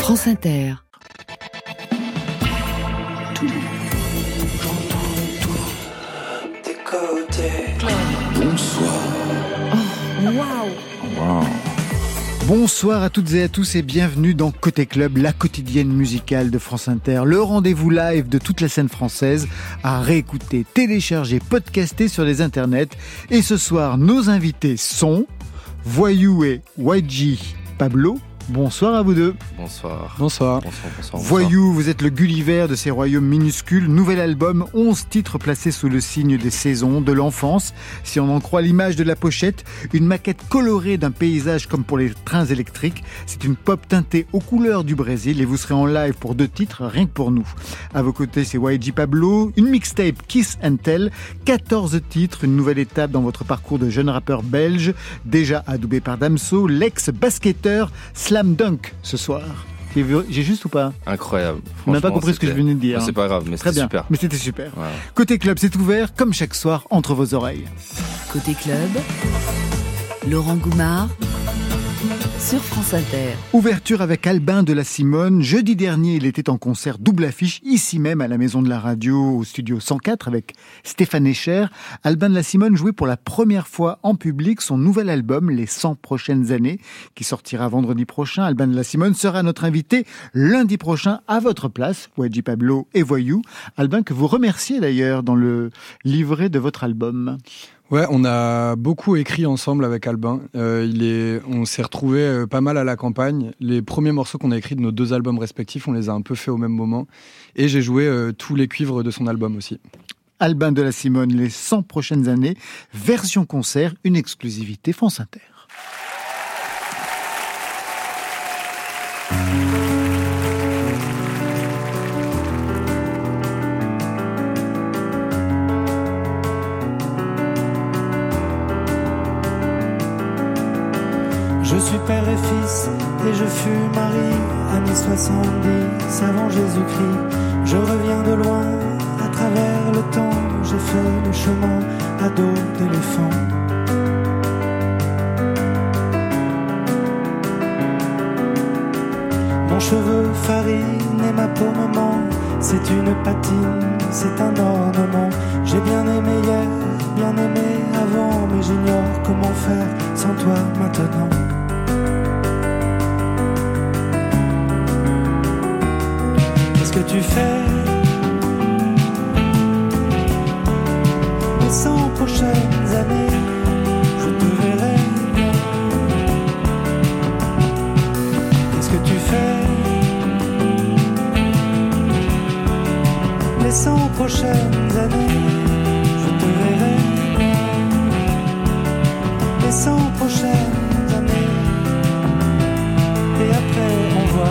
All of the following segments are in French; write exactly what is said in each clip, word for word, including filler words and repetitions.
France Inter. Tout, j'entends tout, des côtés. Bonsoir. Oh, waouh. Wow. Bonsoir à toutes et à tous et bienvenue dans Côté Club, la quotidienne musicale de France Inter, le rendez-vous live de toute la scène française à réécouter, télécharger, podcaster sur les internets. Et ce soir, nos invités sont Voyou et Y G Pablo. Bonsoir à vous deux. Bonsoir. Bonsoir. Bonsoir, bonsoir, Voyou, vous êtes le Gulliver de ces royaumes minuscules. Nouvel album, onze titres placés sous le signe des saisons, de l'enfance. Si on en croit l'image de la pochette, une maquette colorée d'un paysage comme pour les trains électriques. C'est une pop teintée aux couleurs du Brésil et vous serez en live pour deux titres, rien que pour nous. À vos côtés, c'est Y G Pablo, une mixtape Kiss and Tell, quatorze titres, une nouvelle étape dans votre parcours de jeune rappeur belge, déjà adoubé par Damso, l'ex-basketteur Slam Dunk ce soir. J'ai, vu, j'ai juste ou pas ? Incroyable. On n'a pas compris ce que je venais de dire. C'est pas grave, mais Très c'était bien. super. Mais c'était super. Voilà. Côté club, c'est ouvert comme chaque soir entre vos oreilles. Côté club, Laurent Goumard sur France Inter. Ouverture avec Albin de la Simone. Jeudi dernier, il était en concert double affiche, ici même à la Maison de la Radio, au studio cent quatre, avec Stéphane Escher. Albin de la Simone jouait pour la première fois en public son nouvel album, Les cent prochaines années, qui sortira vendredi prochain. Albin de la Simone sera notre invité lundi prochain à votre place, Y G Pablo et Voyou. Albin, que vous remerciez d'ailleurs dans le livret de votre album. Ouais, on a beaucoup écrit ensemble avec Albin. Euh, il est, on s'est retrouvés euh, pas mal à la campagne. Les premiers morceaux qu'on a écrits de nos deux albums respectifs, on les a un peu fait au même moment. Et j'ai joué euh, tous les cuivres de son album aussi. Albin de la Simone, Les cent prochaines années, version concert, une exclusivité France Inter. Je suis père et fils, et je fus mari, années soixante-dix, avant Jésus-Christ. Je reviens de loin, à travers le temps, j'ai fait le chemin à dos d'éléphant. Mon cheveu farine et ma peau me ment, c'est une patine, c'est un ornement. J'ai bien aimé hier, bien aimé avant, mais j'ignore comment faire sans toi maintenant. Que tu fais les cent prochaines années, je te verrai bien. Qu'est-ce que tu fais les cent prochaines années, je te verrai bien. Les cent prochaines années, et après on voit.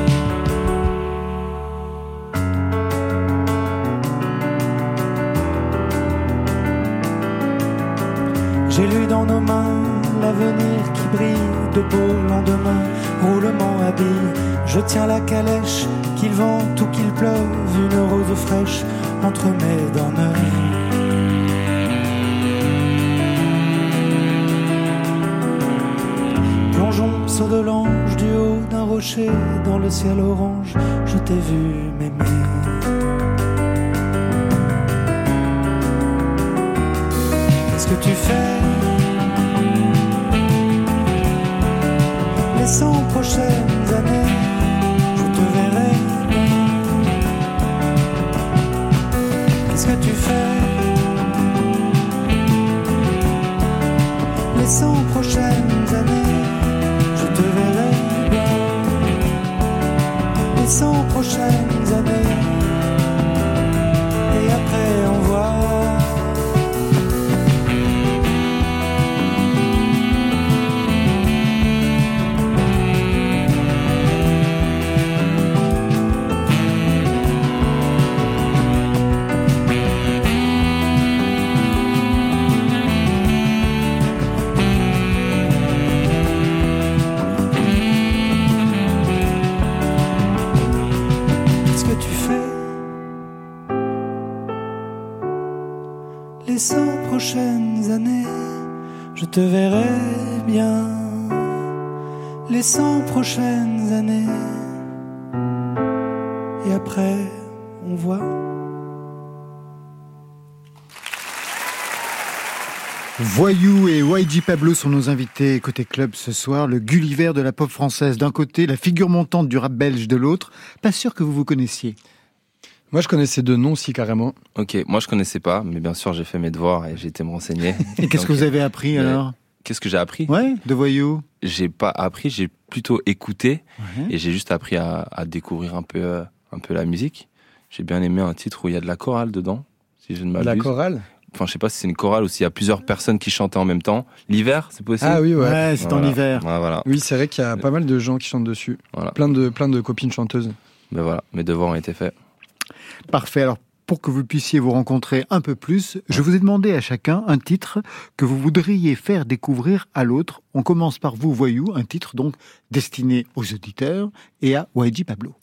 J'ai lu dans nos mains l'avenir qui brille, de beaux lendemains, roulement à billes. Je tiens la calèche, qu'il vente ou qu'il pleuve, une rose fraîche entre mes dents neuves. Plongeons saut de l'ange du haut d'un rocher, dans le ciel orange, je t'ai vu m'aimer. Qu'est-ce que tu fais les cent prochaines années, je te verrai bien. Qu'est-ce que tu fais les cent prochaines années, je te verrai bien. Les cent prochaines années, et après on voit. Les cent prochaines années, je te verrai bien. Les cent prochaines années, et après on voit. Voyou et Y J Pablo sont nos invités côté club ce soir. Le Gulliver de la pop française d'un côté, la figure montante du rap belge de l'autre. Pas sûr que vous vous connaissiez. Moi, je connaissais deux noms aussi, carrément. Ok, moi je connaissais pas, mais bien sûr j'ai fait mes devoirs et j'ai été me renseigner. Et qu'est-ce Donc, que vous avez appris euh, alors ? Qu'est-ce que j'ai appris ? Ouais, de Voyou. J'ai pas appris, j'ai plutôt écouté Ouais. et j'ai juste appris à, à découvrir un peu, euh, un peu la musique. J'ai bien aimé un titre où il y a de la chorale dedans, si je ne m'abuse. La chorale ? Enfin, je sais pas si c'est une chorale ou s'il y a plusieurs personnes qui chantaient en même temps. L'hiver, c'est possible ? Ah oui, ouais. Ouais, c'est en Voilà. hiver. Ouais, voilà. Oui, c'est vrai qu'il y a pas mal de gens qui chantent dessus. Voilà. Plein de, plein de copines chanteuses. Ben voilà, mes devoirs ont été faits. Parfait. Alors, pour que vous puissiez vous rencontrer un peu plus, je vous ai demandé à chacun un titre que vous voudriez faire découvrir à l'autre. On commence par vous, Voyou, un titre donc destiné aux auditeurs et à Y J Pablo.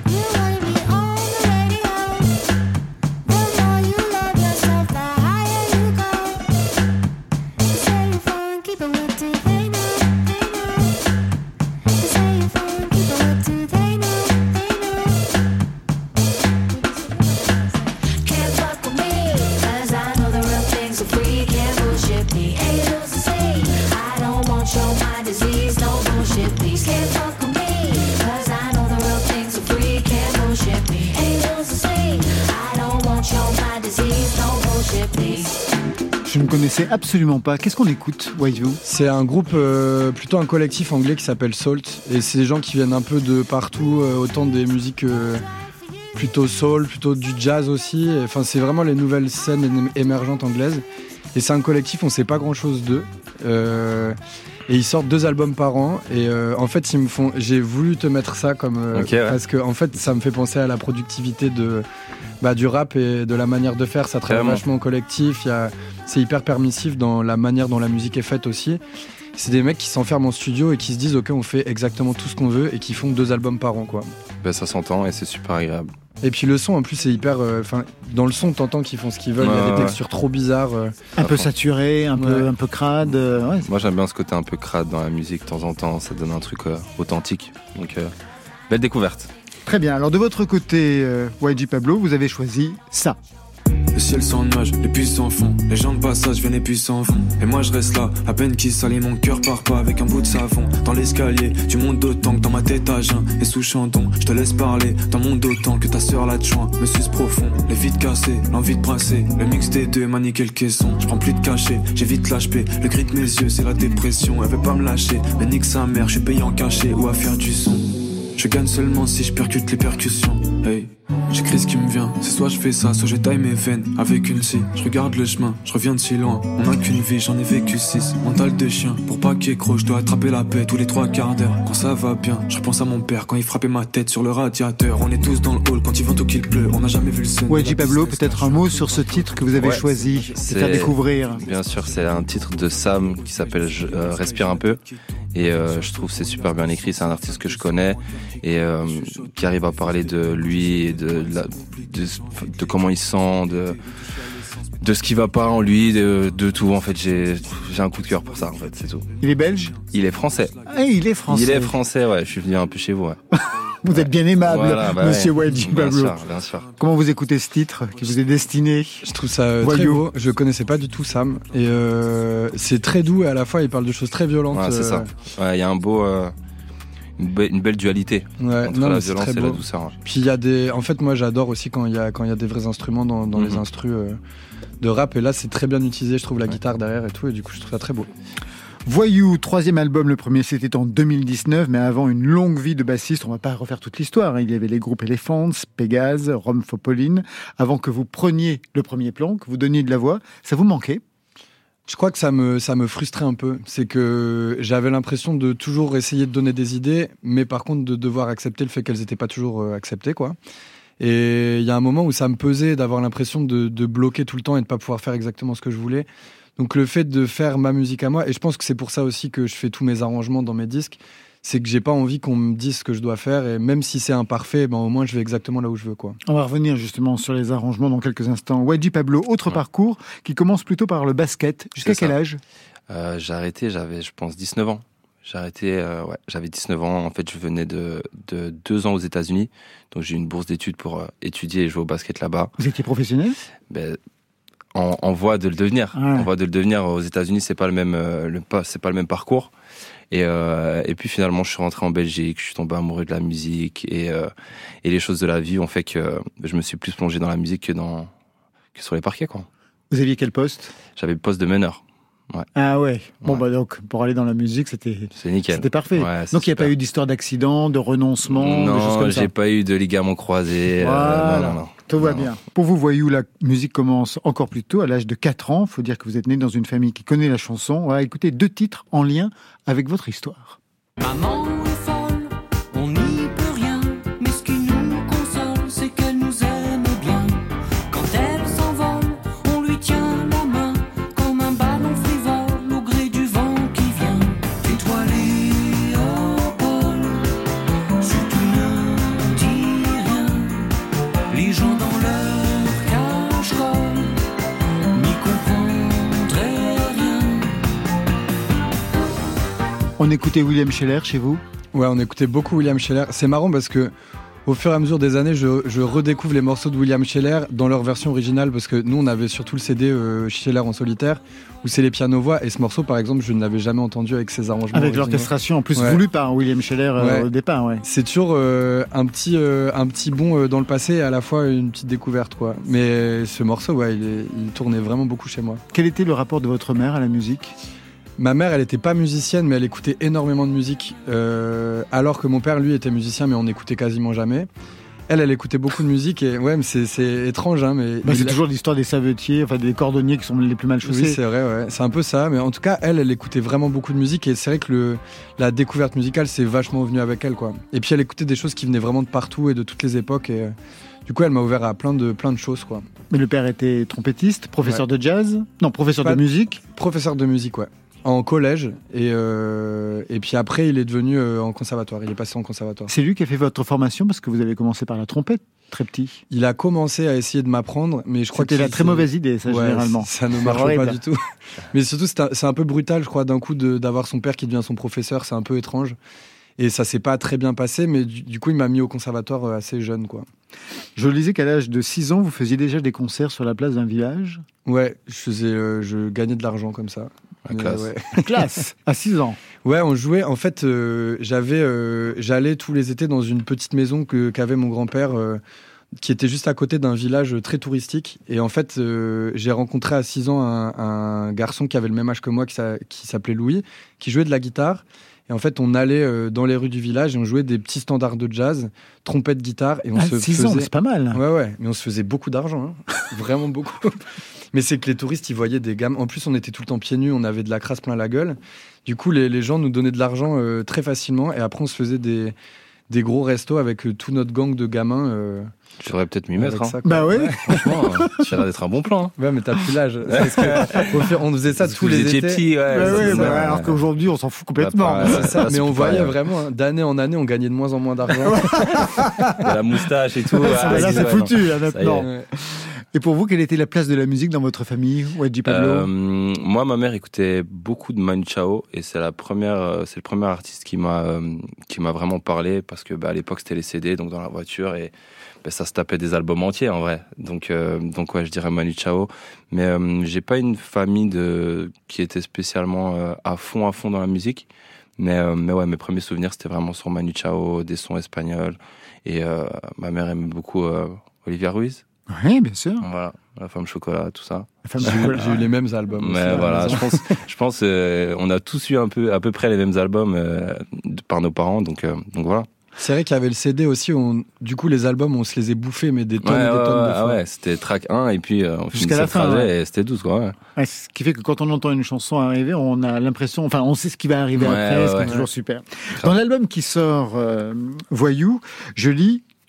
Je ne connaissais absolument pas. Qu'est-ce qu'on écoute, Voyou ? C'est un groupe, euh, plutôt un collectif anglais qui s'appelle Salt. Et c'est des gens qui viennent un peu de partout, euh, autant des musiques euh, plutôt soul, plutôt du jazz aussi. Enfin, c'est vraiment les nouvelles scènes émergentes anglaises. Et c'est un collectif, on sait pas grand-chose d'eux. Euh, et ils sortent deux albums par an. Et euh, en fait, ils me font. J'ai voulu te mettre ça comme euh, Ok, ouais. parce que en fait, ça me fait penser à la productivité de bah, du rap et de la manière de faire. Ça travaille Carrément. vachement au collectif. Il y a, c'est hyper permissif dans la manière dont la musique est faite aussi. C'est des mecs qui s'enferment en studio et qui se disent ok, on fait exactement tout ce qu'on veut et qui font deux albums par an, quoi. Ben ça s'entend et c'est super agréable. Et puis le son en plus c'est hyper. Enfin, euh, dans le son t'entends qu'ils font ce qu'ils veulent. Il y a Ouais, des ouais. textures trop bizarres. euh. Un À peu fond. saturé, un, peu, Ouais. un peu crade. euh, ouais, Moi j'aime bien ce côté un peu crade dans la musique de temps en temps, ça donne un truc euh, authentique. Donc euh, belle découverte. Très bien. Alors, de votre côté, euh, Y J Pablo, vous avez choisi ça. Le ciel sans nuages, les puissants font. Les gens de passage viennent et puissants vont. Et moi je reste là, à peine qui salit, mon cœur part pas avec un bout de savon. Dans l'escalier, tu montes d'autant que dans ma tête à jeun. Et sous chanton, je te laisse parler. Dans mon d'autant que ta sœur là de joint. Me suce profond, les vides cassées, l'envie de brasser. Le mix des deux m'a niqué le caisson. Je prends plus de cachet, j'évite l'H P. Le cri de mes yeux, c'est la dépression. Elle veut pas me lâcher, mais nique sa mère, je suis payé en cachet ou à faire du son. Je gagne seulement si je percute les percussions. Hey, j'écris ce qui me vient. C'est soit je fais ça, soit je taille mes veines avec une scie. Je regarde le chemin, je reviens de si loin. On n'a qu'une vie, j'en ai vécu six. Mental de chien, pour pas qu'il croche, je dois attraper la paix tous les trois quarts d'heure. Quand ça va bien, je repense à mon père quand il frappait ma tête sur le radiateur. On est tous dans le hall quand il vente ou qu'il pleut. On n'a jamais vu le sun. Y J Pablo, peut-être un mot sur ce titre que vous avez Ouais. choisi, C'est- de faire découvrir. Bien sûr, c'est un titre de Sam qui s'appelle Je- euh, Respire un peu. Et euh, je trouve que c'est super bien écrit, c'est un artiste que je connais et euh, qui arrive à parler de lui, et de, la, de, de comment il se sent, de, de ce qui va pas en lui, de, de tout. En fait, j'ai, j'ai un coup de cœur pour ça, en fait, c'est tout. Il est belge ? Il est français. Ah, il est français. Il est français, ouais, je suis venu un peu chez vous, ouais. Vous êtes bien aimable, Voilà, bah monsieur ouais. Y J Bien Pablo. sûr, bien sûr. Comment vous écoutez ce titre qui vous est destiné ? Je trouve ça euh, très Voyou. beau. Je connaissais pas du tout Sam. Et euh, c'est très doux et à la fois il parle de choses très violentes. Ouais, c'est euh, ça. Ouais, il y a un beau, euh, une, be- une belle dualité Ouais, entre non, la mais c'est violence très et la beau. douceur. ouais. Puis il y a des. En fait, moi j'adore aussi quand il y a quand il y a des vrais instruments dans, dans les Mhm. instrus euh, de rap. Et là c'est très bien utilisé. Je trouve la guitare derrière et tout. Et du coup je trouve ça très beau. Voyou, troisième album, le premier c'était en deux mille dix-neuf, mais avant une longue vie de bassiste, on va pas refaire toute l'histoire, hein. Il y avait les groupes Elephants, Pégase, Romfopoline, avant que vous preniez le premier plan, que vous donniez de la voix, ça vous manquait ? Je crois que ça me, ça me frustrait un peu. C'est que j'avais l'impression de toujours essayer de donner des idées, mais par contre de devoir accepter le fait qu'elles n'étaient pas toujours euh, acceptées, quoi. Et il y a un moment où ça me pesait d'avoir l'impression de, de bloquer tout le temps et de pas pouvoir faire exactement ce que je voulais. Donc le fait de faire ma musique à moi, et je pense que c'est pour ça aussi que je fais tous mes arrangements dans mes disques, c'est que j'ai pas envie qu'on me dise ce que je dois faire, et même si c'est imparfait, ben au moins je vais exactement là où je veux, quoi. On va revenir justement sur les arrangements dans quelques instants. Y J Pablo, autre Ouais. parcours qui commence plutôt par le basket. Jusqu'à C'est quel ça. âge ? Euh, j'ai arrêté, j'avais, je pense, dix-neuf ans. J'ai arrêté, euh, ouais, j'avais dix-neuf ans. En fait, je venais de, de deux ans aux États-Unis. Donc, j'ai eu une bourse d'études pour euh, étudier et jouer au basket là-bas. Vous étiez professionnel ? Ben, en, en voie de le devenir. Ouais. En voie de le devenir. Aux États-Unis, c'est pas le même, euh, le, pas, c'est pas le même parcours. Et, euh, et puis, finalement, je suis rentré en Belgique. Je suis tombé amoureux de la musique. Et, euh, et les choses de la vie ont fait que je me suis plus plongé dans la musique que, dans, que sur les parquets, quoi. Vous aviez quel poste ? J'avais le poste de meneur. Ouais. Ah ouais. Bon Ouais. bah donc pour aller dans la musique, c'était C'est nickel. c'était parfait. Ouais, c'est donc il n'y a super. pas eu d'histoire d'accident, de renoncement, de choses Non, comme ça. j'ai pas eu de ligaments croisés. Voilà. Euh, non, non, non. Tout va Non. bien. Pour vous, Voyou, la musique commence encore plus tôt, à l'âge de quatre ans. Il faut dire que vous êtes né dans une famille qui connaît la chanson. On va écouter deux titres en lien avec votre histoire. Maman est folle, on n'y peut rien, mais ce qui nous console, c'est qu'elle nous aime bien. Quand elle s'envole, on lui tient la main, comme un ballon frivole au gré du vent qui vient. Étoilé au pôle, surtout ne dis rien, les gens dans leur cache-colle n'y comprendraient rien. On écoutait William Scheller chez vous ? Ouais, on écoutait beaucoup William Scheller. C'est marrant parce que au fur et à mesure des années, je, je redécouvre les morceaux de William Scheller dans leur version originale parce que nous, on avait surtout le C D euh, Scheller en solitaire où c'est les pianos-voix. Et ce morceau, par exemple, je ne l'avais jamais entendu avec ses arrangements Avec originaux. l'orchestration en plus Ouais. voulue par William Scheller euh, Ouais. au départ, ouais. C'est toujours euh, un petit euh, un petit bond euh, dans le passé et à la fois une petite découverte, quoi. Mais ce morceau, ouais, il, est- il tournait vraiment beaucoup chez moi. Quel était le rapport de votre mère à la musique ? Ma mère, elle n'était pas musicienne, mais elle écoutait énormément de musique. Euh, alors que mon père, lui, était musicien, mais on n'écoutait quasiment jamais. Elle, elle écoutait beaucoup de musique et ouais, mais c'est, c'est étrange, hein, mais Bah, c'est il- toujours l'histoire des savetiers, enfin des cordonniers qui sont les plus mal chaussés. Oui, c'est vrai, ouais. C'est un peu ça, mais en tout cas, elle, elle écoutait vraiment beaucoup de musique et c'est vrai que le, la découverte musicale, c'est vachement venu avec elle, quoi. Et puis elle écoutait des choses qui venaient vraiment de partout et de toutes les époques et euh, du coup, elle m'a ouvert à plein de plein de choses, quoi. Mais le père était trompettiste, professeur de jazz ? Non, professeur Pas- de musique. Professeur de musique, ouais. En collège et euh, et puis après, il est devenu euh, en conservatoire. Il est passé en conservatoire. C'est lui qui a fait votre formation parce que vous avez commencé par la trompette, très petit. Il a commencé à essayer de m'apprendre, mais je crois que C'était la c'est- très mauvaise idée, ça, Ouais, généralement. ça ne C'est marche horrible. pas du tout. Mais surtout, c'est un, c'est un peu brutal, je crois, d'un coup de- d'avoir son père qui devient son professeur. C'est un peu étrange. Et ça s'est pas très bien passé, mais du, du coup, il m'a mis au conservatoire euh, assez jeune, quoi. Je lisais qu'à l'âge de six ans, vous faisiez déjà des concerts sur la place d'un village. Ouais, je faisais, euh, je gagnais de l'argent comme ça. La Mais, classe. ouais. Classe, à six ans. Ouais, on jouait. En fait, euh, j'avais, euh, j'allais tous les étés dans une petite maison que qu'avait mon grand-père, euh, qui était juste à côté d'un village très touristique. Et en fait, euh, j'ai rencontré à six ans un, un garçon qui avait le même âge que moi, qui, s'a- qui s'appelait Louis, qui jouait de la guitare. Et en fait, on allait euh, dans les rues du village et on jouait des petits standards de jazz, trompette, guitare, et on À se six faisait. ans, c'est pas mal. Ouais, ouais, mais on se faisait beaucoup d'argent, hein. Vraiment beaucoup. Mais c'est que les touristes, ils voyaient des gammes. En plus, on était tout le temps pieds nus, on avait de la crasse plein la gueule. Du coup, les, les gens nous donnaient de l'argent euh, très facilement. Et après, on se faisait des, des gros restos avec euh, tout notre gang de gamins. Euh, Je devrais peut-être m'y avec mettre. Hein. ça, quoi. Bah oui. Franchement, euh, ça a l'air d'être un bon plan. Hein. Ouais, mais t'as plus l'âge. C'est parce que, au fait, on faisait ça Parce tous que les vous étiez étés. petit, ouais. Bah c'est oui, ça. bah, alors qu'aujourd'hui, on s'en fout complètement. Bah, C'est ça, Ah, mais c'est on plus voyait pareil. vraiment, hein, d'année en année, on gagnait de moins en moins d'argent. Et la moustache et tout. Là, ah, c'est ouais, foutu, là, Ça y est. maintenant. Ouais. Et pour vous, quelle était la place de la musique dans votre famille, Wadji Pablo? Euh, moi, ma mère écoutait beaucoup de Manu Chao et c'est la première, euh, c'est le premier artiste qui m'a, euh, qui m'a vraiment parlé parce que bah, à l'époque c'était les C D, donc dans la voiture et bah, ça se tapait des albums entiers en vrai. Donc, euh, donc ouais, je dirais Manu Chao. Mais euh, j'ai pas une famille de qui était spécialement euh, à fond, à fond dans la musique. Mais, euh, mais ouais, mes premiers souvenirs c'était vraiment sur Manu Chao, des sons espagnols et euh, ma mère aimait beaucoup euh, Olivia Ruiz. Oui, bien sûr. Voilà, La Femme Chocolat, tout ça. La femme J'ai eu- chocolat. j'ai eu les mêmes albums. aussi, à Mais la voilà, maison. je pense, je pense, euh, on a tous eu un peu, à peu près les mêmes albums euh, de- par nos parents, donc, euh, donc voilà. C'est vrai qu'il y avait le C D aussi, on, du coup les albums on se les est bouffés, mais des tonnes Ouais, et des ouais, tonnes de ouais, fois. ouais, c'était track un et puis euh, on Jusqu'à finissait la le fin, trajet ouais. et c'était douze quoi. Ouais. Ouais, ce qui fait que quand on entend une chanson arriver, on a l'impression, enfin, on sait ce qui va arriver Ouais, après, ouais, ce qui est ouais. toujours super. Dans l'album qui sort, euh, Voyou, je lis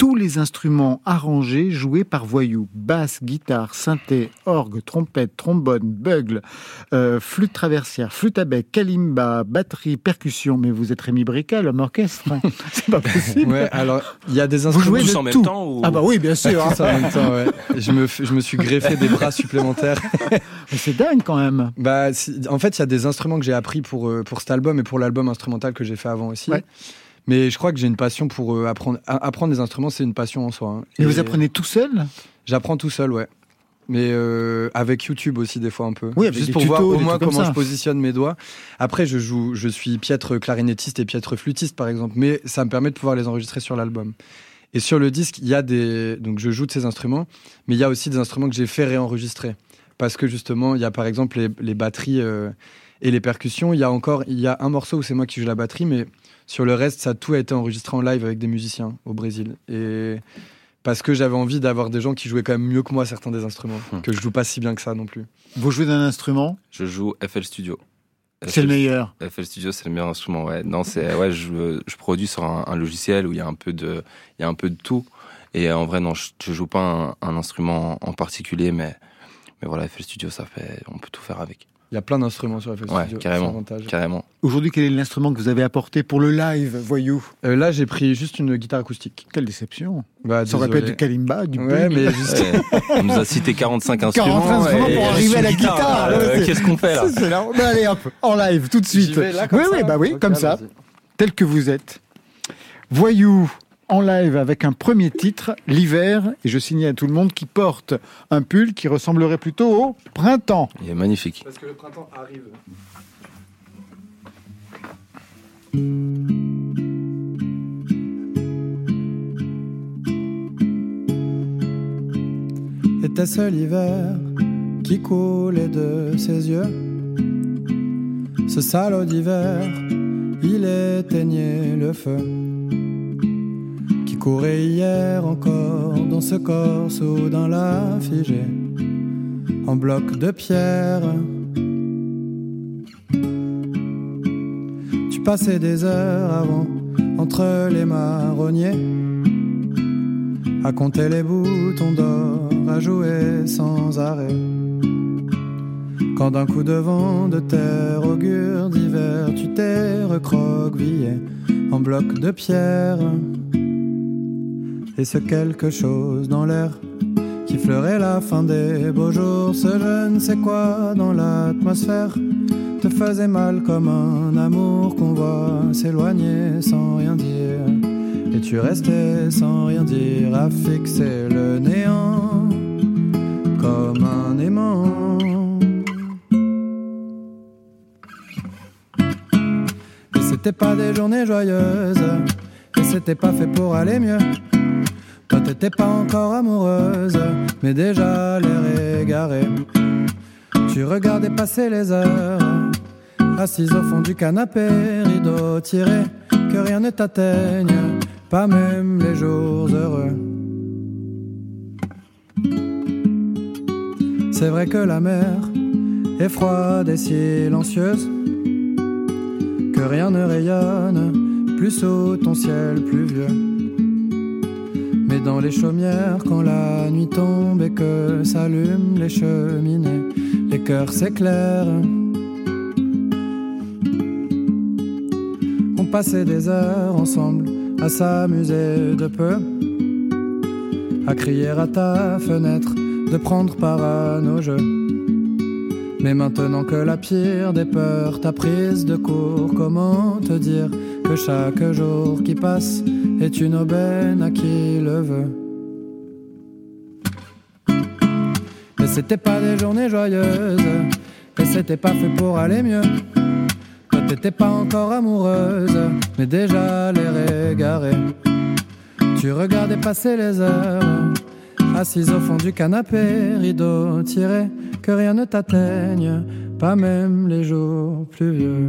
tous les instruments arrangés joués par Voyou. Basse, guitare, synthé, orgue, trompette, trombone, bugle, euh, flûte traversière, flûte à bec, kalimba, batterie, percussion. Mais vous êtes Rémi Brica, l'homme orchestre. C'est pas possible. Ouais, alors il y a des Vous instruments. jouez Tous de en même tout. temps ou... Ah bah oui, bien sûr. Tous en même temps, ouais. Je me, f- je me suis greffé des bras supplémentaires. Mais c'est dingue quand même. Bah, si- en fait, il y a des instruments que j'ai appris pour, euh, pour cet album et pour l'album instrumental que j'ai fait avant aussi. Ouais. Mais je crois que j'ai une passion pour euh, apprendre. a- Apprendre des instruments, c'est une passion en soi. hein. Et vous apprenez tout seul? J'apprends tout seul, ouais. Mais euh, avec YouTube aussi, des fois un peu. Oui, avec Juste des pour tutos, voir au des moins trucs comme comment ça. je positionne mes doigts. Après, je joue, je suis piètre clarinettiste et piètre flûtiste, par exemple. Mais ça me permet de pouvoir les enregistrer sur l'album. Et sur le disque, il y a des. Donc, je joue de ces instruments, mais il y a aussi des instruments que j'ai fait réenregistrer. Parce que justement, il y a par exemple les, les batteries euh, et les percussions. Il y a encore. Il y a un morceau où c'est moi qui joue la batterie, mais sur le reste, ça tout a été enregistré en live avec des musiciens au Brésil. Et. Parce que j'avais envie d'avoir des gens qui jouaient quand même mieux que moi certains des instruments, Hmm. que je joue pas si bien que ça non plus. Vous jouez d'un instrument? Je joue F L Studio. C'est le meilleur. F L Studio, c'est le meilleur instrument. Ouais, non, c'est ouais, je, je produis sur un, un logiciel où il y a un peu de, il y a un peu de tout. Et en vrai, non, je, je joue pas un, un instrument en particulier, mais mais voilà, F L Studio, ça fait, on peut tout faire avec. Il y a plein d'instruments sur F L Ouais, Studio. carrément, c'est l'avantage. carrément. Aujourd'hui, quel est l'instrument que vous avez apporté pour le live, Voyou? Euh, là, j'ai pris juste une guitare acoustique. Quelle déception. Bah, Ça aurait pu être du désolé. kalimba, du Ouais, bugle. mais juste. Ouais, on nous a cité quarante-cinq instruments. quarante instruments et pour juste arriver à une la guitare. euh, Ouais, c'est- Qu'est-ce qu'on fait là? C'est là. Bah, allez hop, en live, tout de suite. J'y vais là, comme oui, ça, oui, bah oui, Ok, comme ça, vas-y. tel que vous êtes. Voyou en live avec un premier titre, l'hiver, et je signale à tout le monde qui porte un pull qui ressemblerait plutôt au printemps. Il est magnifique. Parce que le printemps arrive. Était-ce l'hiver qui coulait de ses yeux? Ce salaud d'hiver, il éteignait le feu qui courait hier encore dans ce corps soudain là figé en bloc de pierre. Tu passais des heures avant entre les marronniers à compter les boutons d'or, à jouer sans arrêt. Quand d'un coup de vent de terre augure d'hiver, tu t'es recroquevillé en bloc de pierre. Et ce quelque chose dans l'air qui fleurait la fin des beaux jours, ce je ne sais quoi dans l'atmosphère te faisait mal comme un amour qu'on voit s'éloigner sans rien dire. Et tu restais sans rien dire à fixer le néant comme un aimant. Et c'était pas des journées joyeuses, et c'était pas fait pour aller mieux. Toi t'étais pas encore amoureuse, mais déjà l'air égaré. Tu regardais passer les heures, assise au fond du canapé, rideau tiré, que rien ne t'atteigne, pas même les jours heureux. C'est vrai que la mer est froide et silencieuse, que rien ne rayonne plus sous ton ciel pluvieux. Mais dans les chaumières, quand la nuit tombe et que s'allument les cheminées, les cœurs s'éclairent. On passait des heures ensemble à s'amuser de peu, à crier à ta fenêtre de prendre part à nos jeux. Mais maintenant que la pire des peurs t'a prise de court, comment te dire que chaque jour qui passe est une aubaine à qui le veut? Et c'était pas des journées joyeuses, et c'était pas fait pour aller mieux. Toi t'étais pas encore amoureuse, mais déjà l'air égaré. Tu regardais passer les heures, assise au fond du canapé, rideau tiré, que rien ne t'atteigne, pas même les jours pluvieux.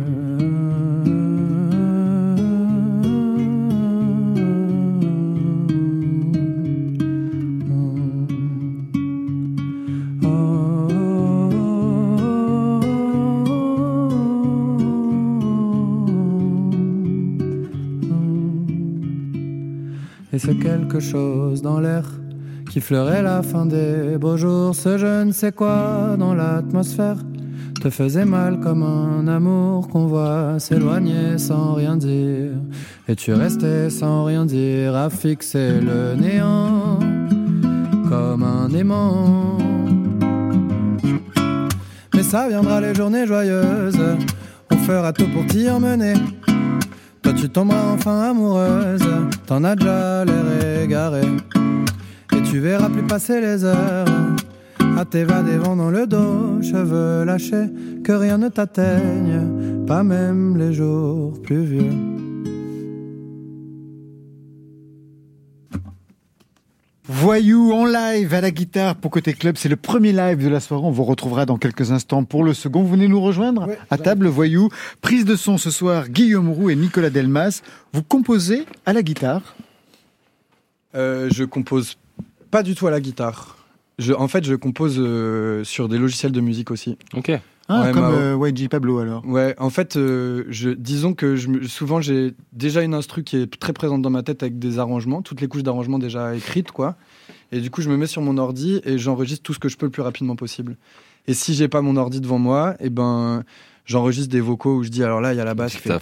Et ce quelque chose dans l'air qui fleurait la fin des beaux jours. Ce je ne sais quoi dans l'atmosphère te faisait mal comme un amour qu'on voit s'éloigner sans rien dire. Et tu restais sans rien dire à fixer le néant comme un aimant. Mais ça viendra les journées joyeuses, on fera tout pour t'y emmener. Toi tu tomberas enfin amoureuse, t'en as déjà l'air égaré. Et tu verras plus passer les heures à t'évader vent dans le dos, cheveux lâchés, que rien ne t'atteigne, pas même les jours plus vieux. Voyou en live à la guitare pour Côté Club, c'est le premier live de la soirée, on vous retrouvera dans quelques instants pour le second. Vous venez nous rejoindre oui, à table, Voyou. Prise de son ce soir, Guillaume Roux et Nicolas Delmas. Vous composez à la guitare ? euh, Je compose pas du tout à la guitare. Je, en fait, je compose euh, sur des logiciels de musique aussi. Ok. Ah, ouais, comme ma... euh, Y G Pablo alors. Ouais, en fait, euh, je, disons que je, souvent j'ai déjà une instru qui est très présente dans ma tête avec des arrangements, toutes les couches d'arrangement déjà écrites, quoi. Et du coup, je me mets sur mon ordi et j'enregistre tout ce que je peux le plus rapidement possible. Et si j'ai pas mon ordi devant moi, et ben j'enregistre des vocaux où je dis alors là il y a la basse qui fait.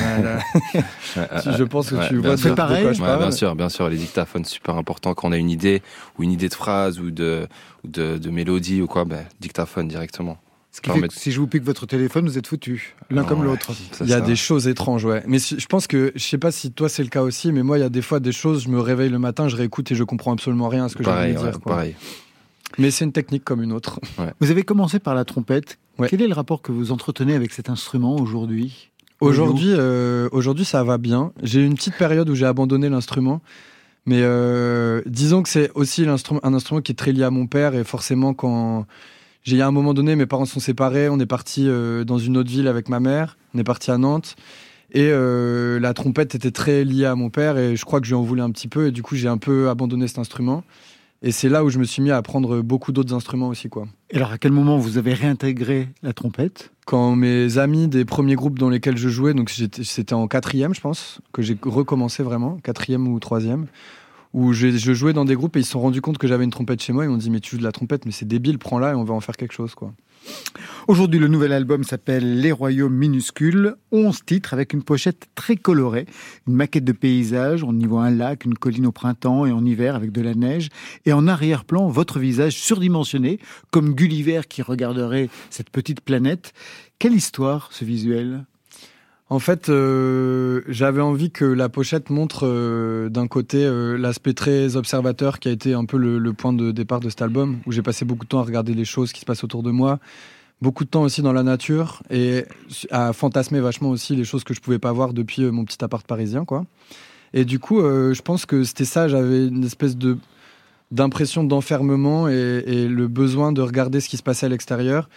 Je pense que ouais, tu vois c'est pareil. De quoi je ouais, parle. Bien sûr, bien sûr, les dictaphones super important quand on a une idée ou une idée de phrase ou de ou de, de mélodie ou quoi, ben dictaphone directement. Ce qui fait que si je vous pique votre téléphone, vous êtes foutus, l'un oh, comme ouais, l'autre. Il y a ça. Des choses étranges, ouais. Mais je pense que, je sais pas si toi c'est le cas aussi, mais moi il y a des fois des choses, je me réveille le matin, je réécoute et je comprends absolument rien à ce que j'ai envie de ouais, dire. Quoi. Pareil. Mais c'est une technique comme une autre. Ouais. Vous avez commencé par la trompette. Ouais. Quel est le rapport que vous entretenez avec cet instrument aujourd'hui ? Aujourd'hui, euh, aujourd'hui ça va bien. J'ai eu une petite période où j'ai abandonné l'instrument. Mais euh, disons que c'est aussi l'instrument, un instrument qui est très lié à mon père et forcément quand... J'ai, à un moment donné, mes parents se sont séparés, on est parti euh, dans une autre ville avec ma mère, on est parti à Nantes, et euh, la trompette était très liée à mon père, et je crois que je lui en voulais un petit peu, et du coup j'ai un peu abandonné cet instrument, et c'est là où je me suis mis à apprendre beaucoup d'autres instruments aussi, quoi. Et alors à quel moment vous avez réintégré la trompette ? Quand mes amis des premiers groupes dans lesquels je jouais, donc j'étais, c'était en quatrième je pense, que j'ai recommencé vraiment, quatrième ou troisième, où je, je jouais dans des groupes et ils se sont rendus compte que j'avais une trompette chez moi. Ils m'ont dit mais tu joues de la trompette, mais c'est débile, prends-la et on va en faire quelque chose, quoi. Aujourd'hui, le nouvel album s'appelle Les Royaumes Minuscules. onze titres avec une pochette très colorée, une maquette de paysage. On y voit un lac, une colline au printemps et en hiver avec de la neige. Et en arrière-plan, votre visage surdimensionné, comme Gulliver qui regarderait cette petite planète. Quelle histoire, ce visuel ? En fait, euh, j'avais envie que la pochette montre euh, d'un côté euh, l'aspect très observateur qui a été un peu le, le point de départ de cet album, où j'ai passé beaucoup de temps à regarder les choses qui se passent autour de moi, beaucoup de temps aussi dans la nature et à fantasmer vachement aussi les choses que je pouvais pas voir depuis euh, mon petit appart parisien, quoi. Et du coup, euh, je pense que c'était ça, j'avais une espèce de d'impression d'enfermement et, et le besoin de regarder ce qui se passait à l'extérieur.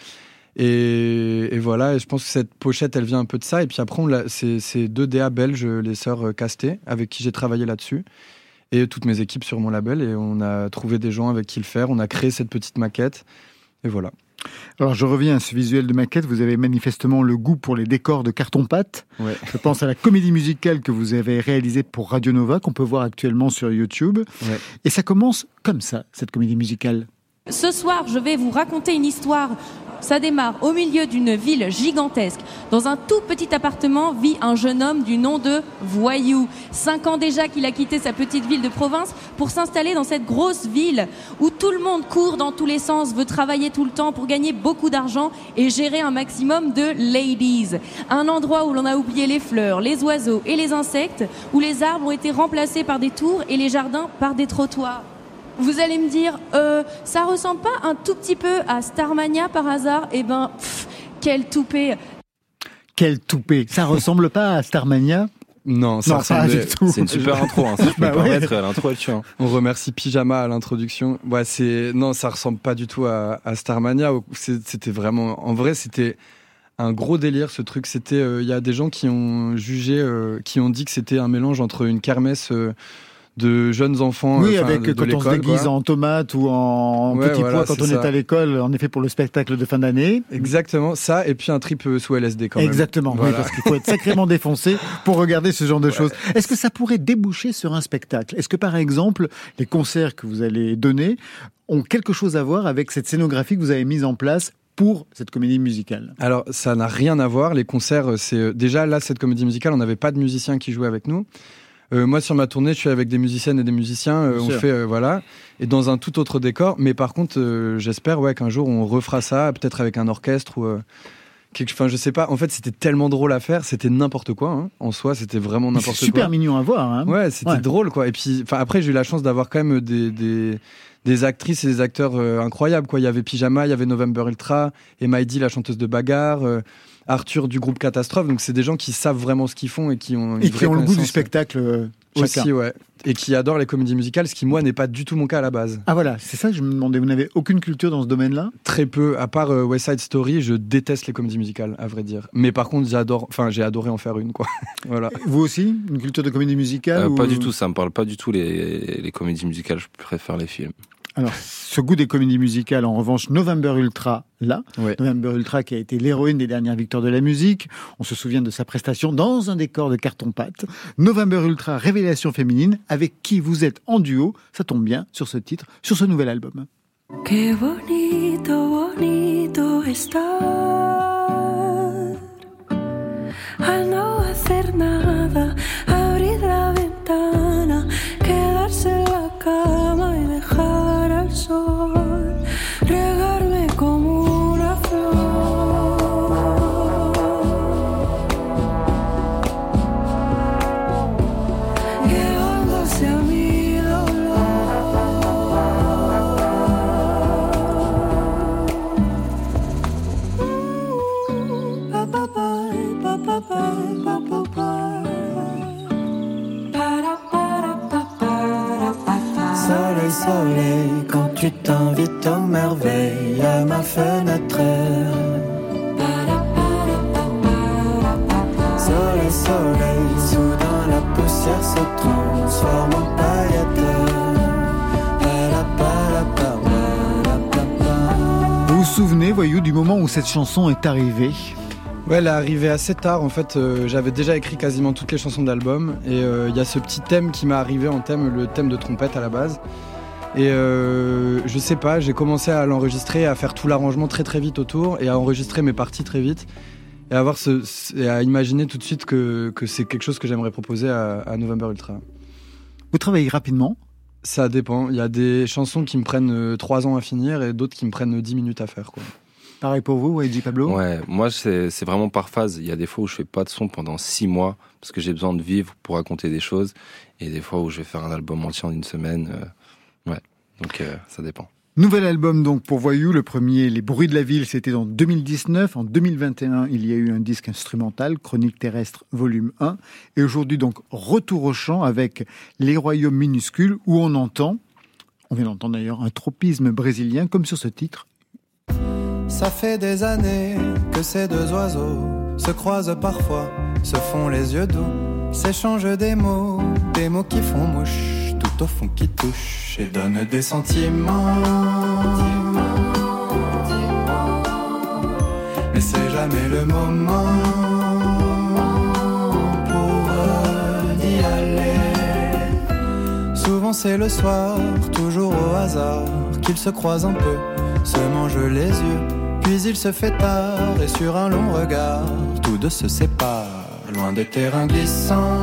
Et, et voilà, et je pense que cette pochette, elle vient un peu de ça. Et puis après, on l'a, c'est, c'est deux D A belges, les sœurs Casté, avec qui j'ai travaillé là-dessus. Et toutes mes équipes sur mon label. Et on a trouvé des gens avec qui le faire. On a créé cette petite maquette. Et voilà. Alors je reviens à ce visuel de maquette. Vous avez manifestement le goût pour les décors de carton-pâte. Ouais. Je pense à la comédie musicale que vous avez réalisée pour Radio Nova, qu'on peut voir actuellement sur YouTube. Ouais. Et ça commence comme ça, cette comédie musicale. Ce soir, je vais vous raconter une histoire. Ça démarre au milieu d'une ville gigantesque. Dans un tout petit appartement vit un jeune homme du nom de Voyou. Cinq ans déjà qu'il a quitté sa petite ville de province pour s'installer dans cette grosse ville où tout le monde court dans tous les sens, veut travailler tout le temps pour gagner beaucoup d'argent et gérer un maximum de ladies. Un endroit où l'on a oublié les fleurs, les oiseaux et les insectes, où les arbres ont été remplacés par des tours et les jardins par des trottoirs. Vous allez me dire, euh, ça ressemble pas un tout petit peu à Starmania par hasard ? Eh ben, pff, quel toupet ! Quel toupet ! Ça ressemble pas à Starmania ? Non, ça non, ressemble pas du tout. C'est une super intro, hein, si je peux bah me permettre, ouais. l'intro elle tue. Hein. On remercie Pyjama à l'introduction. Ouais, c'est non, ça ressemble pas du tout à, à Starmania. C'est, c'était vraiment, en vrai, c'était un gros délire ce truc. C'était, il euh, y a des gens qui ont jugé, euh, qui ont dit que c'était un mélange entre une kermesse. Euh, de jeunes enfants. Oui, enfin, avec de, de quand on se l'école, déguise quoi. en tomate ou en Ouais, petit voilà, pois quand c'est on ça. est à l'école, en effet pour le spectacle de fin d'année. Exactement, ça, et puis un trip euh, sous L S D quand même. Exactement, Voilà. oui, parce qu'il faut être sacrément défoncé pour regarder ce genre de Ouais. choses. Est-ce que ça pourrait déboucher sur un spectacle ? Est-ce que par exemple, les concerts que vous allez donner ont quelque chose à voir avec cette scénographie que vous avez mise en place pour cette comédie musicale ? Alors, ça n'a rien à voir. Les concerts, c'est euh, déjà là, cette comédie musicale, on n'avait pas de musiciens qui jouaient avec nous. Euh, moi, sur ma tournée, je suis avec des musiciennes et des musiciens. Euh, Bien on sûr. fait euh, voilà, et dans un tout autre décor. Mais par contre, euh, j'espère ouais qu'un jour on refera ça, peut-être avec un orchestre ou. Euh, quelque... Enfin, je sais pas. En fait, c'était tellement drôle à faire. C'était n'importe quoi. Hein. En soi, c'était vraiment Mais n'importe c'est quoi. super mignon à voir. Hein. Ouais, c'était Ouais. drôle, quoi. Et puis, enfin, après, j'ai eu la chance d'avoir quand même des, des, des actrices et des acteurs euh, incroyables, quoi. Il y avait Pyjama, il y avait November Ultra, et Maïdi, la chanteuse de Bagarre, euh, Arthur du groupe Catastrophe. Donc, c'est des gens qui savent vraiment ce qu'ils font et qui ont une Et vraie qui ont le goût du connaissance. spectacle euh, chacun. Aussi, ouais. Et qui adorent les comédies musicales, ce qui, moi, n'est pas du tout mon cas à la base. Ah voilà, c'est ça que je me demandais. Vous n'avez aucune culture dans ce domaine-là ? Très peu, à part euh, West Side Story, je déteste les comédies musicales, à vrai dire. Mais par contre, j'adore, enfin, j'ai adoré en faire une, quoi. Voilà. Vous aussi ? Une culture de comédie musicale Euh, ou... Pas du tout, ça me parle pas du tout les, les comédies musicales, je préfère les films. Alors, ce goût des comédies musicales, en revanche, November Ultra, là. Ouais. November Ultra qui a été l'héroïne des dernières victoires de la musique. On se souvient de sa prestation dans un décor de carton-pâte. November Ultra, révélation féminine, avec qui vous êtes en duo. Ça tombe bien sur ce titre, sur ce nouvel album. Qué bonito, bonito estar al no hacer nada, abrir la ventana, quedarse en la cama y dejar al sol regarme como una flor. Llevándose a mi dolor. Soleil, soleil, quand tu t'invites aux merveilles à ma fenêtre. Soleil, soleil, soudain la poussière se transforme en paillettes. Vous vous souvenez, voyou, du moment où cette chanson est arrivée ? Ouais, elle est arrivée assez tard. En fait, euh, j'avais déjà écrit quasiment toutes les chansons de l'album. Et il euh, y a ce petit thème qui m'est arrivé en thème, le thème de trompette à la base. Et euh, je sais pas, j'ai commencé à l'enregistrer, à faire tout l'arrangement très très vite autour et à enregistrer mes parties très vite. Et à, avoir ce, et à imaginer tout de suite que, que c'est quelque chose que j'aimerais proposer à, à November Ultra. Vous travaillez rapidement ? Ça dépend. Il y a des chansons qui me prennent euh, trois ans à finir et d'autres qui me prennent dix minutes à faire, quoi. Pareil pour vous, J. Pablo ? Ouais, moi c'est c'est vraiment par phase. Il y a des fois où je fais pas de son pendant six mois parce que j'ai besoin de vivre pour raconter des choses, et des fois où je vais faire un album entier en une semaine. Euh, ouais, donc euh, ça dépend. Nouvel album donc pour Voyou, le premier, Les Bruits de la Ville, c'était en deux mille dix-neuf. En deux mille vingt et un, il y a eu un disque instrumental, Chronique terrestre, volume un. Et aujourd'hui donc, retour au chant avec Les Royaumes minuscules, où on entend, on vient d'entendre d'ailleurs, un tropisme brésilien, comme sur ce titre. Ça fait des années que ces deux oiseaux se croisent parfois, se font les yeux doux, s'échangent des mots, des mots qui font mouche, tout au fond qui touchent et donnent des sentiments. Mais c'est jamais le moment pour y aller. Souvent c'est le soir, toujours au hasard, qu'ils se croisent un peu, se mangent les yeux. Puis il se fait tard et sur un long regard, tous deux se séparent, loin des terrains glissants.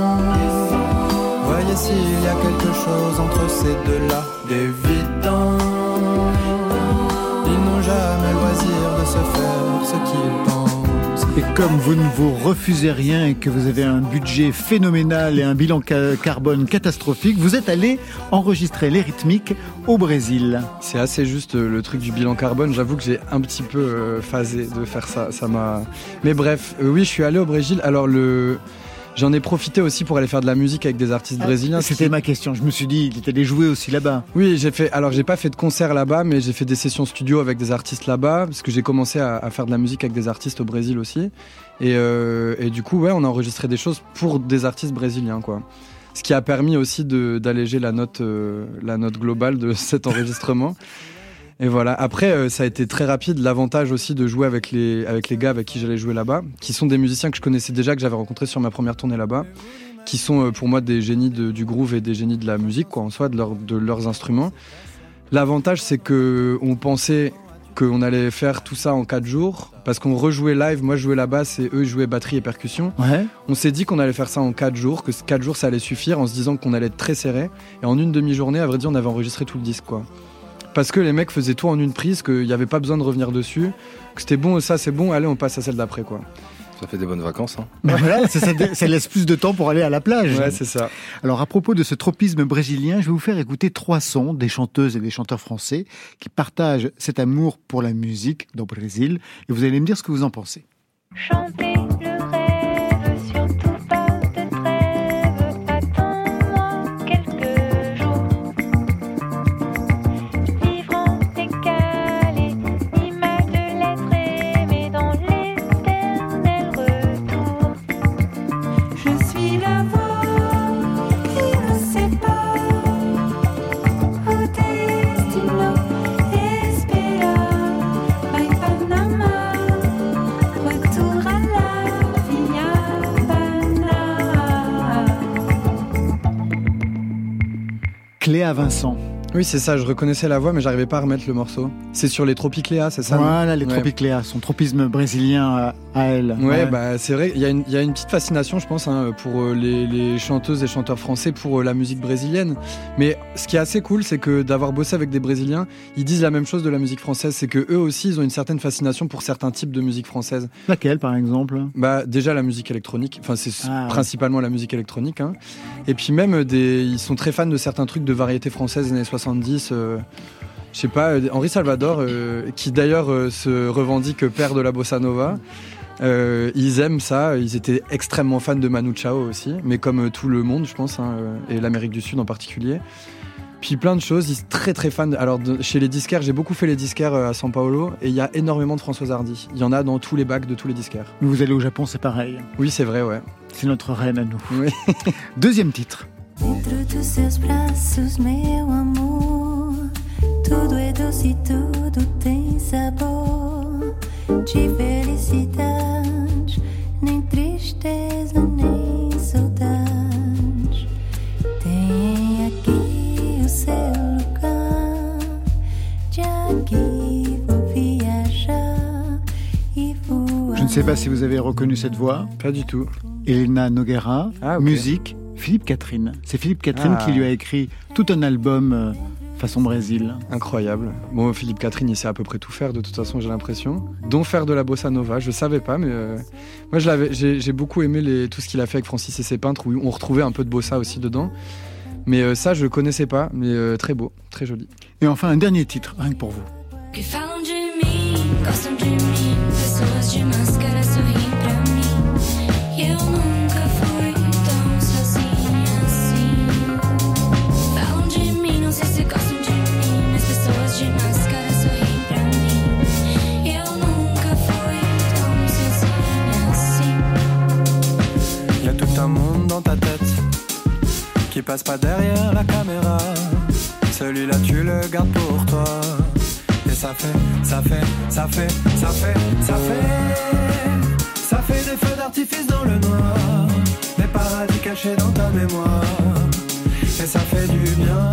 Voyez s'il y a quelque chose entre ces deux-là d'évident. Ils n'ont jamais loisir de se faire ce qu'ils pensent. Et comme vous ne vous refusez rien et que vous avez un budget phénoménal et un bilan ca- carbone catastrophique, vous êtes allé enregistrer les rythmiques au Brésil. C'est assez juste euh, le truc du bilan carbone. J'avoue que j'ai un petit peu euh, phasé de faire ça. Ça m'a. Mais bref, euh, oui, je suis allé au Brésil. Alors le, j'en ai profité aussi pour aller faire de la musique avec des artistes brésiliens. C'était qui... ma question. Je me suis dit, il est allé jouer aussi là-bas. Oui, j'ai fait. Alors j'ai pas fait de concert là-bas, mais j'ai fait des sessions studio avec des artistes là-bas, parce que j'ai commencé à, à faire de la musique avec des artistes au Brésil aussi. Et, euh, et du coup, ouais, on a enregistré des choses pour des artistes brésiliens, quoi. Ce qui a permis aussi de, d'alléger la note, euh, la note globale de cet enregistrement. Et voilà. Après, euh, ça a été très rapide. L'avantage aussi de jouer avec les, avec les gars avec qui j'allais jouer là-bas, qui sont des musiciens que je connaissais déjà, que j'avais rencontrés sur ma première tournée là-bas, qui sont euh, pour moi des génies de, du groove et des génies de la musique, quoi, en soi, de, leur, de leurs instruments. L'avantage, c'est que on pensait qu'on allait faire tout ça en quatre jours, parce qu'on rejouait live. Moi, je jouais la basse et eux, ils jouaient batterie et percussion. Ouais. On s'est dit qu'on allait faire ça en quatre jours, que quatre jours, ça allait suffire, en se disant qu'on allait être très serré. Et en une demi-journée, à vrai dire, on avait enregistré tout le disque, quoi. Parce que les mecs faisaient tout en une prise, qu'il n'y avait pas besoin de revenir dessus, que c'était bon, ça c'est bon, allez on passe à celle d'après, quoi. Ça fait des bonnes vacances. Hein. Ben voilà, ça, ça, ça laisse plus de temps pour aller à la plage. Ouais, c'est ça. Alors à propos de ce tropisme brésilien, je vais vous faire écouter trois sons des chanteuses et des chanteurs français qui partagent cet amour pour la musique dans le Brésil. Et vous allez me dire ce que vous en pensez. Chanter le rêve, surtout pas de trêve. Attends-moi quelques jours. Vivre en décalé, ni mal de l'être aimé dans l'éternel retour. Je suis la voix qui nous sépare. Au destino espera. Vai Panama. Retour à la vie Havana. Cléa Vincent. Oui, c'est ça, je reconnaissais la voix, mais j'arrivais pas à remettre le morceau. C'est sur les Tropicléa, c'est ça? Voilà, les Ouais. Tropicléa, son tropisme brésilien à, à elle. Ouais, bah c'est vrai, il y, a une- il y a une petite fascination, je pense, hein, pour euh, les, les chanteuses et chanteurs français pour euh, la musique brésilienne. Mais ce qui est assez cool, c'est que d'avoir bossé avec des Brésiliens, ils disent la même chose de la musique française, c'est que eux aussi, ils ont une certaine fascination pour certains types de musique française. Laquelle, par exemple? Bah déjà la musique électronique, enfin c'est Ah, ouais. principalement la musique électronique, hein. Et puis même des, ils sont très fans de certains trucs de variété française des années soixante-dix. Euh, je sais pas, euh, Henri Salvador, euh, qui d'ailleurs euh, se revendique père de la bossa nova. Euh, ils aiment ça, ils étaient extrêmement fans de Manu Chao aussi, mais comme euh, tout le monde, je pense, hein, euh, et l'Amérique du Sud en particulier. Puis plein de choses, ils sont très très fans. Alors de- chez les disquaires, j'ai beaucoup fait les disquaires euh, à São Paulo, et il y a énormément de Françoise Hardy. Il y en a dans tous les bacs de tous les disquaires. Vous allez au Japon, c'est pareil. Oui, c'est vrai, ouais. C'est notre reine à nous. Oui. Deuxième titre. Dentro dos seus braços, meu amor, tudo é doce e tudo tem sabor. De felicidade, nem tristeza, nem saudade. Tem aqui o seu lugar, de aqui vou viajar e voar. Je ne sais pas si vous avez reconnu cette voix. Pas du tout. Elena Nogueira, Ah, ok. musique, Philippe Catherine. C'est Philippe Catherine Ah. qui lui a écrit tout un album euh, façon Brésil. Incroyable. Bon, Philippe Catherine, il sait à peu près tout faire, de toute façon, j'ai l'impression. Dont faire de la bossa nova, je savais pas, mais euh, moi, je l'avais, j'ai, j'ai beaucoup aimé les, tout ce qu'il a fait avec Francis et ses peintres, où on retrouvait un peu de bossa aussi dedans. Mais euh, ça, je connaissais pas, mais euh, très beau, très joli. Et enfin, un dernier titre, rien que pour vous. Que falam de mim, gostam de mim, pessoas de máscara sorriem pra mim. E eu nunca fui tão sozinha assim. Falam de mim, não sei se gostam de mim, mas pessoas de máscara sorriem pra mim. E eu nunca fui tão sozinha assim. Y a tout un monde dans ta tête qui passe pas derrière la caméra. Celui-là tu le gardes pour toi. Et ça fait, ça fait, ça fait, ça fait, ça fait, ça fait des feux d'artifice dans le noir, des paradis cachés dans ta mémoire. Et ça fait du bien.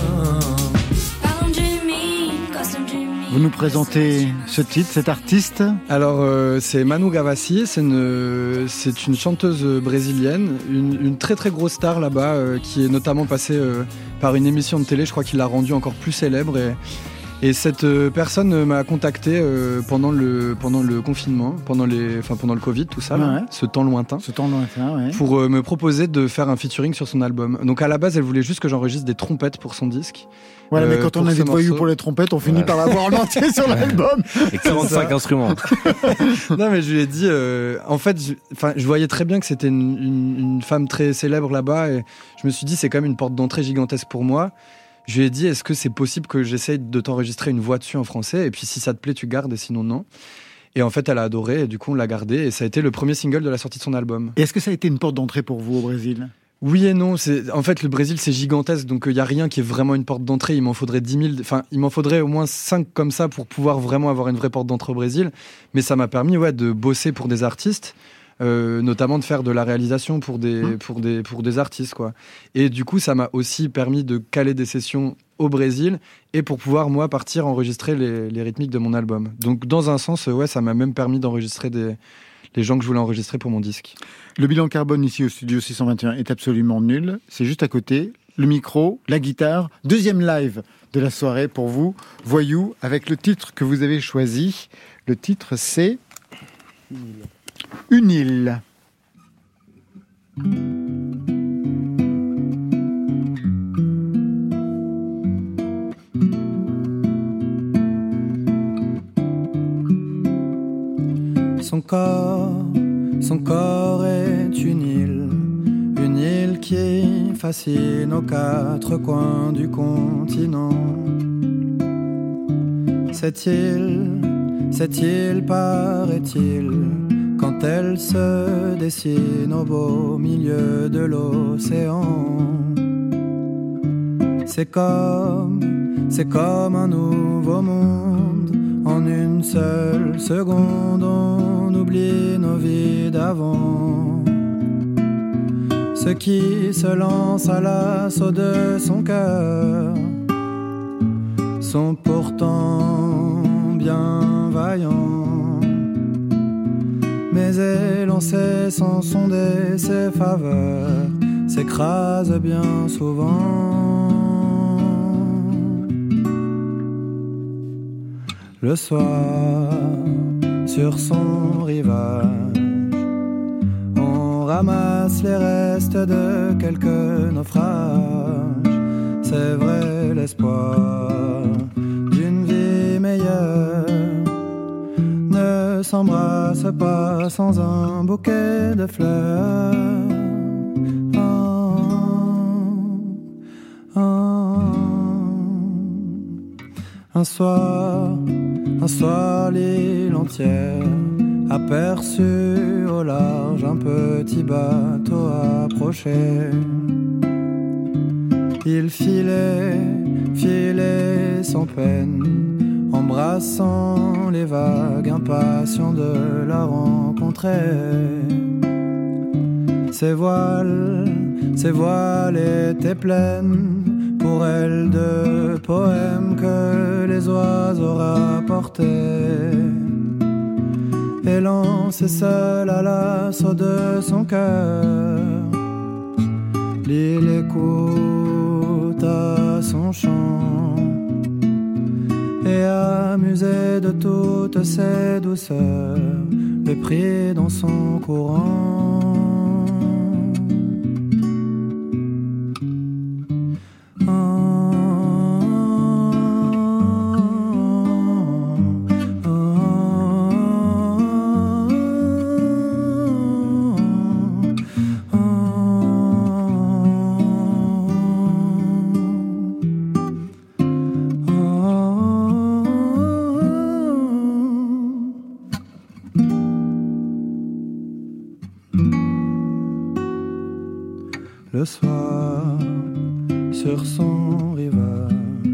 Falam de mim, gostam de mim. Vous nous présentez ce titre, cet artiste. Alors, euh, c'est Manu Gavassi, c'est une, c'est une chanteuse brésilienne, une, une très très grosse star là-bas, euh, qui est notamment passée euh, par une émission de télé, je crois qu'il l'a rendue encore plus célèbre. Et, et cette euh, personne m'a contacté euh, pendant, le, pendant le confinement, pendant, les, enfin, pendant le Covid, tout ça, là, Ouais. ce temps lointain. Ce temps lointain, ouais. Pour euh, me proposer de faire un featuring sur son album. Donc à la base, elle voulait juste que j'enregistre des trompettes pour son disque. Voilà, mais Euh, quand on pour a ce des voyous morceau. pour les trompettes, on finit Ouais. par l'avoir en entier sur l'album. Et quarante-cinq instruments. Non, mais je lui ai dit, euh, en fait, je, enfin, je voyais très bien que c'était une, une, une femme très célèbre là-bas, et je me suis dit, c'est quand même une porte d'entrée gigantesque pour moi. Je lui ai dit, est-ce que c'est possible que j'essaye de t'enregistrer une voix dessus en français, et puis si ça te plaît, tu gardes, et sinon non. Et en fait, elle a adoré, et du coup, on l'a gardé, et ça a été le premier single de la sortie de son album. Et est-ce que ça a été une porte d'entrée pour vous au Brésil? Oui et non. C'est... En fait, le Brésil, c'est gigantesque, donc il euh, n'y a rien qui est vraiment une porte d'entrée. Il m'en faudrait dix mille, enfin, il m'en faudrait au moins cinq comme ça pour pouvoir vraiment avoir une vraie porte d'entrée au Brésil. Mais ça m'a permis ouais, de bosser pour des artistes. Euh, notamment de faire de la réalisation pour des, mmh. pour des, pour des artistes, quoi. Et du coup, ça m'a aussi permis de caler des sessions au Brésil et pour pouvoir, moi, partir enregistrer les, les rythmiques de mon album. Donc, dans un sens, ouais, ça m'a même permis d'enregistrer des, les gens que je voulais enregistrer pour mon disque. Le bilan carbone ici au studio six cent vingt et un est absolument nul. C'est juste à côté, le micro, la guitare, deuxième live de la soirée pour vous, Voyou, avec le titre que vous avez choisi. Le titre, c'est... Une île. Son corps, son corps est une île, une île qui fascine aux quatre coins du continent. Cette île, cette île paraît-il, quand elle se dessine au beau milieu de l'océan. C'est comme, c'est comme un nouveau monde. En une seule seconde, on oublie nos vies d'avant. Ceux qui se lancent à l'assaut de son cœur sont pourtant bien vaillants. Mais élancés sans sonder ses faveurs, s'écrasent bien souvent. Le soir, sur son rivage, on ramasse les restes de quelques naufrages. C'est vrai l'espoir d'une vie meilleure ne s'embrasse pas sans un bouquet de fleurs. Oh, oh. Un soir, un soir l'île entière aperçut au large un petit bateau approcher. Il filait, filait sans peine, embrassant les vagues, impatient de la rencontrer. Ses voiles, ses voiles étaient pleines pour elle de poèmes que les oiseaux rapportaient. Et lancée seule à l'assaut de son cœur, l'île écoute à son chant et amusée de toutes ses douceurs, le prit dans son courant. Le soir, sur son rivage,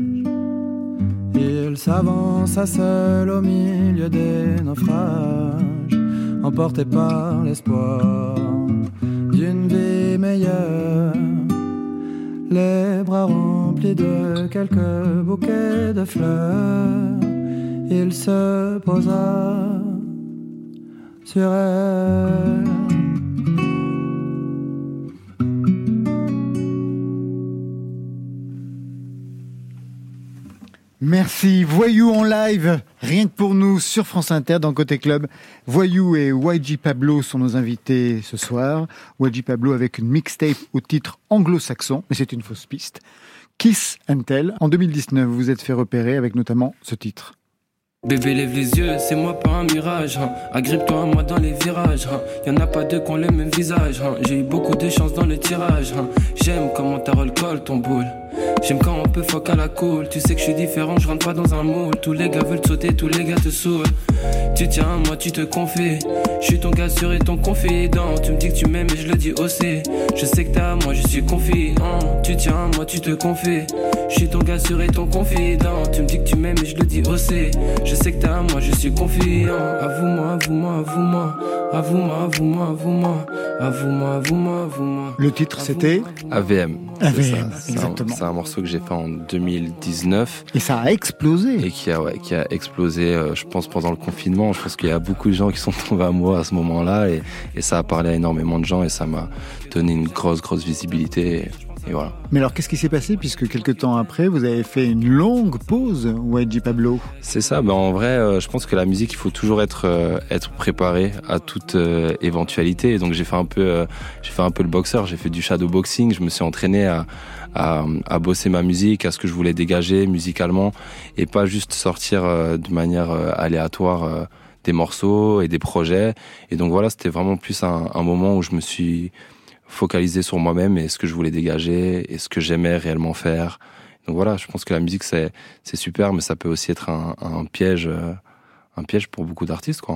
il s'avança seul au milieu des naufrages, emporté par l'espoir d'une vie meilleure, les bras remplis de quelques bouquets de fleurs. Il se posa sur elle. Merci. Voyou en live, rien que pour nous, sur France Inter, dans Côté Club. Voyou et Y G Pablo sont nos invités ce soir. Y G Pablo avec une mixtape au titre anglo-saxon, mais c'est une fausse piste. Kiss and Tell. En deux mille dix-neuf, vous vous êtes fait repérer avec notamment ce titre. Bébé lève les yeux, c'est moi pas un mirage, hein. Agrippe-toi à moi dans les virages, hein. Y'en a pas deux qui ont le même visage, hein. J'ai eu beaucoup de chance dans le tirage, hein. J'aime comment t'as roll ton boule. J'aime quand on peut fuck à la cool. Tu sais que je suis différent, je rentre pas dans un moule. Tous les gars veulent te sauter, tous les gars te saoulent. Tu tiens à moi, tu te confies. Je suis ton gars sûr et ton confident. Tu me dis que tu m'aimes et je le dis aussi. Je sais que t'as à moi, je suis confiant. Tu tiens à moi, tu te confies. Je suis ton gars sûr et ton confident. Tu me dis que tu m'aimes et je le dis aussi. Je sais que t'as à moi, je suis confiant. Avoue-moi, avoue-moi, avoue-moi. Avoue-moi, avoue-moi, avoue-moi. Avoue-moi, avoue-moi, avoue-moi. Le titre, c'était A V M. A V M, C'est ça. C'est exactement. un, c'est un morceau que j'ai fait en deux mille dix-neuf. Et ça a explosé. Et qui a, ouais, qui a explosé, euh, je pense, pendant le confinement. Je pense qu'il y a beaucoup de gens qui sont tombés amoureux à ce moment-là. Et, et ça a parlé à énormément de gens et ça m'a donné une grosse, grosse visibilité. Et, et voilà. Mais alors, qu'est-ce qui s'est passé puisque quelques temps après, vous avez fait une longue pause, Y G Pablo? C'est ça. Ben en vrai, euh, je pense que la musique, il faut toujours être euh, être préparé à toute euh, éventualité. Et donc j'ai fait un peu, euh, j'ai fait un peu le boxeur. J'ai fait du shadowboxing. Je me suis entraîné à, à à bosser ma musique, à ce que je voulais dégager musicalement, et pas juste sortir euh, de manière euh, aléatoire euh, des morceaux et des projets. Et donc voilà, c'était vraiment plus un, un moment où je me suis focalisé sur moi-même et ce que je voulais dégager et ce que j'aimais réellement faire. Donc voilà, je pense que la musique c'est c'est super, mais ça peut aussi être un, un piège, euh, un piège pour beaucoup d'artistes, quoi.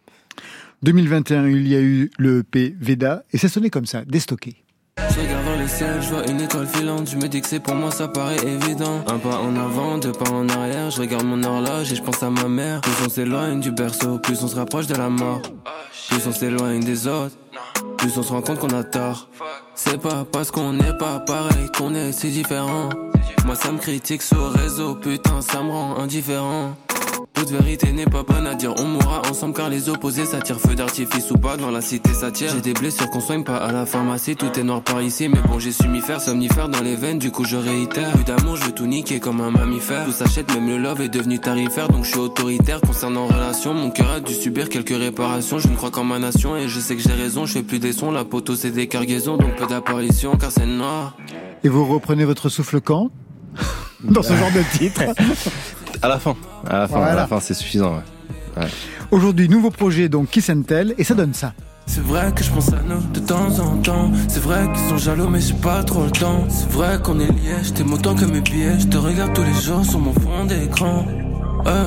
deux mille vingt et un, il y a eu le E P Veda et ça sonnait comme ça, déstocké. Je regarde vers le ciel, je vois une étoile filante. Je me dis que c'est pour moi, ça paraît évident. Un pas en avant, deux pas en arrière. Je regarde mon horloge et je pense à ma mère. Plus on s'éloigne du berceau, plus on se rapproche de la mort. Plus on s'éloigne des autres, plus on se rend compte qu'on a tort. C'est pas parce qu'on n'est pas pareil qu'on est si différent. Moi ça me critique sur réseau, putain ça me rend indifférent. Toute vérité n'est pas bonne à dire, on mourra ensemble car les opposés s'attirent. Feu d'artifice ou pas, dans la cité ça tire. J'ai des blessures qu'on soigne pas à la pharmacie, tout est noir par ici. Mais bon j'ai su m'y faire, somnifère dans les veines, du coup je réitère. Plus d'amour, je veux tout niquer comme un mammifère. Tout s'achète, même le love est devenu tarifaire. Donc je suis autoritaire concernant relations. Mon cœur a dû subir quelques réparations. Je ne crois qu'en ma nation et je sais que j'ai raison. Je fais plus des sons, la poteau c'est des cargaisons. Donc peu d'apparitions car c'est noir. Et vous reprenez votre souffle quand? Dans ce genre de titre? À la fin, à la fin, Voilà. à la fin, c'est suffisant. Ouais. Ouais. Aujourd'hui, nouveau projet, donc Kiss and Tell, et ça donne ça. C'est vrai que je pense à nous de temps en temps. C'est vrai qu'ils sont jaloux mais j'ai pas trop le temps. C'est vrai qu'on est liés, je t'aime autant que mes pieds. Je te regarde tous les jours sur mon fond d'écran. euh.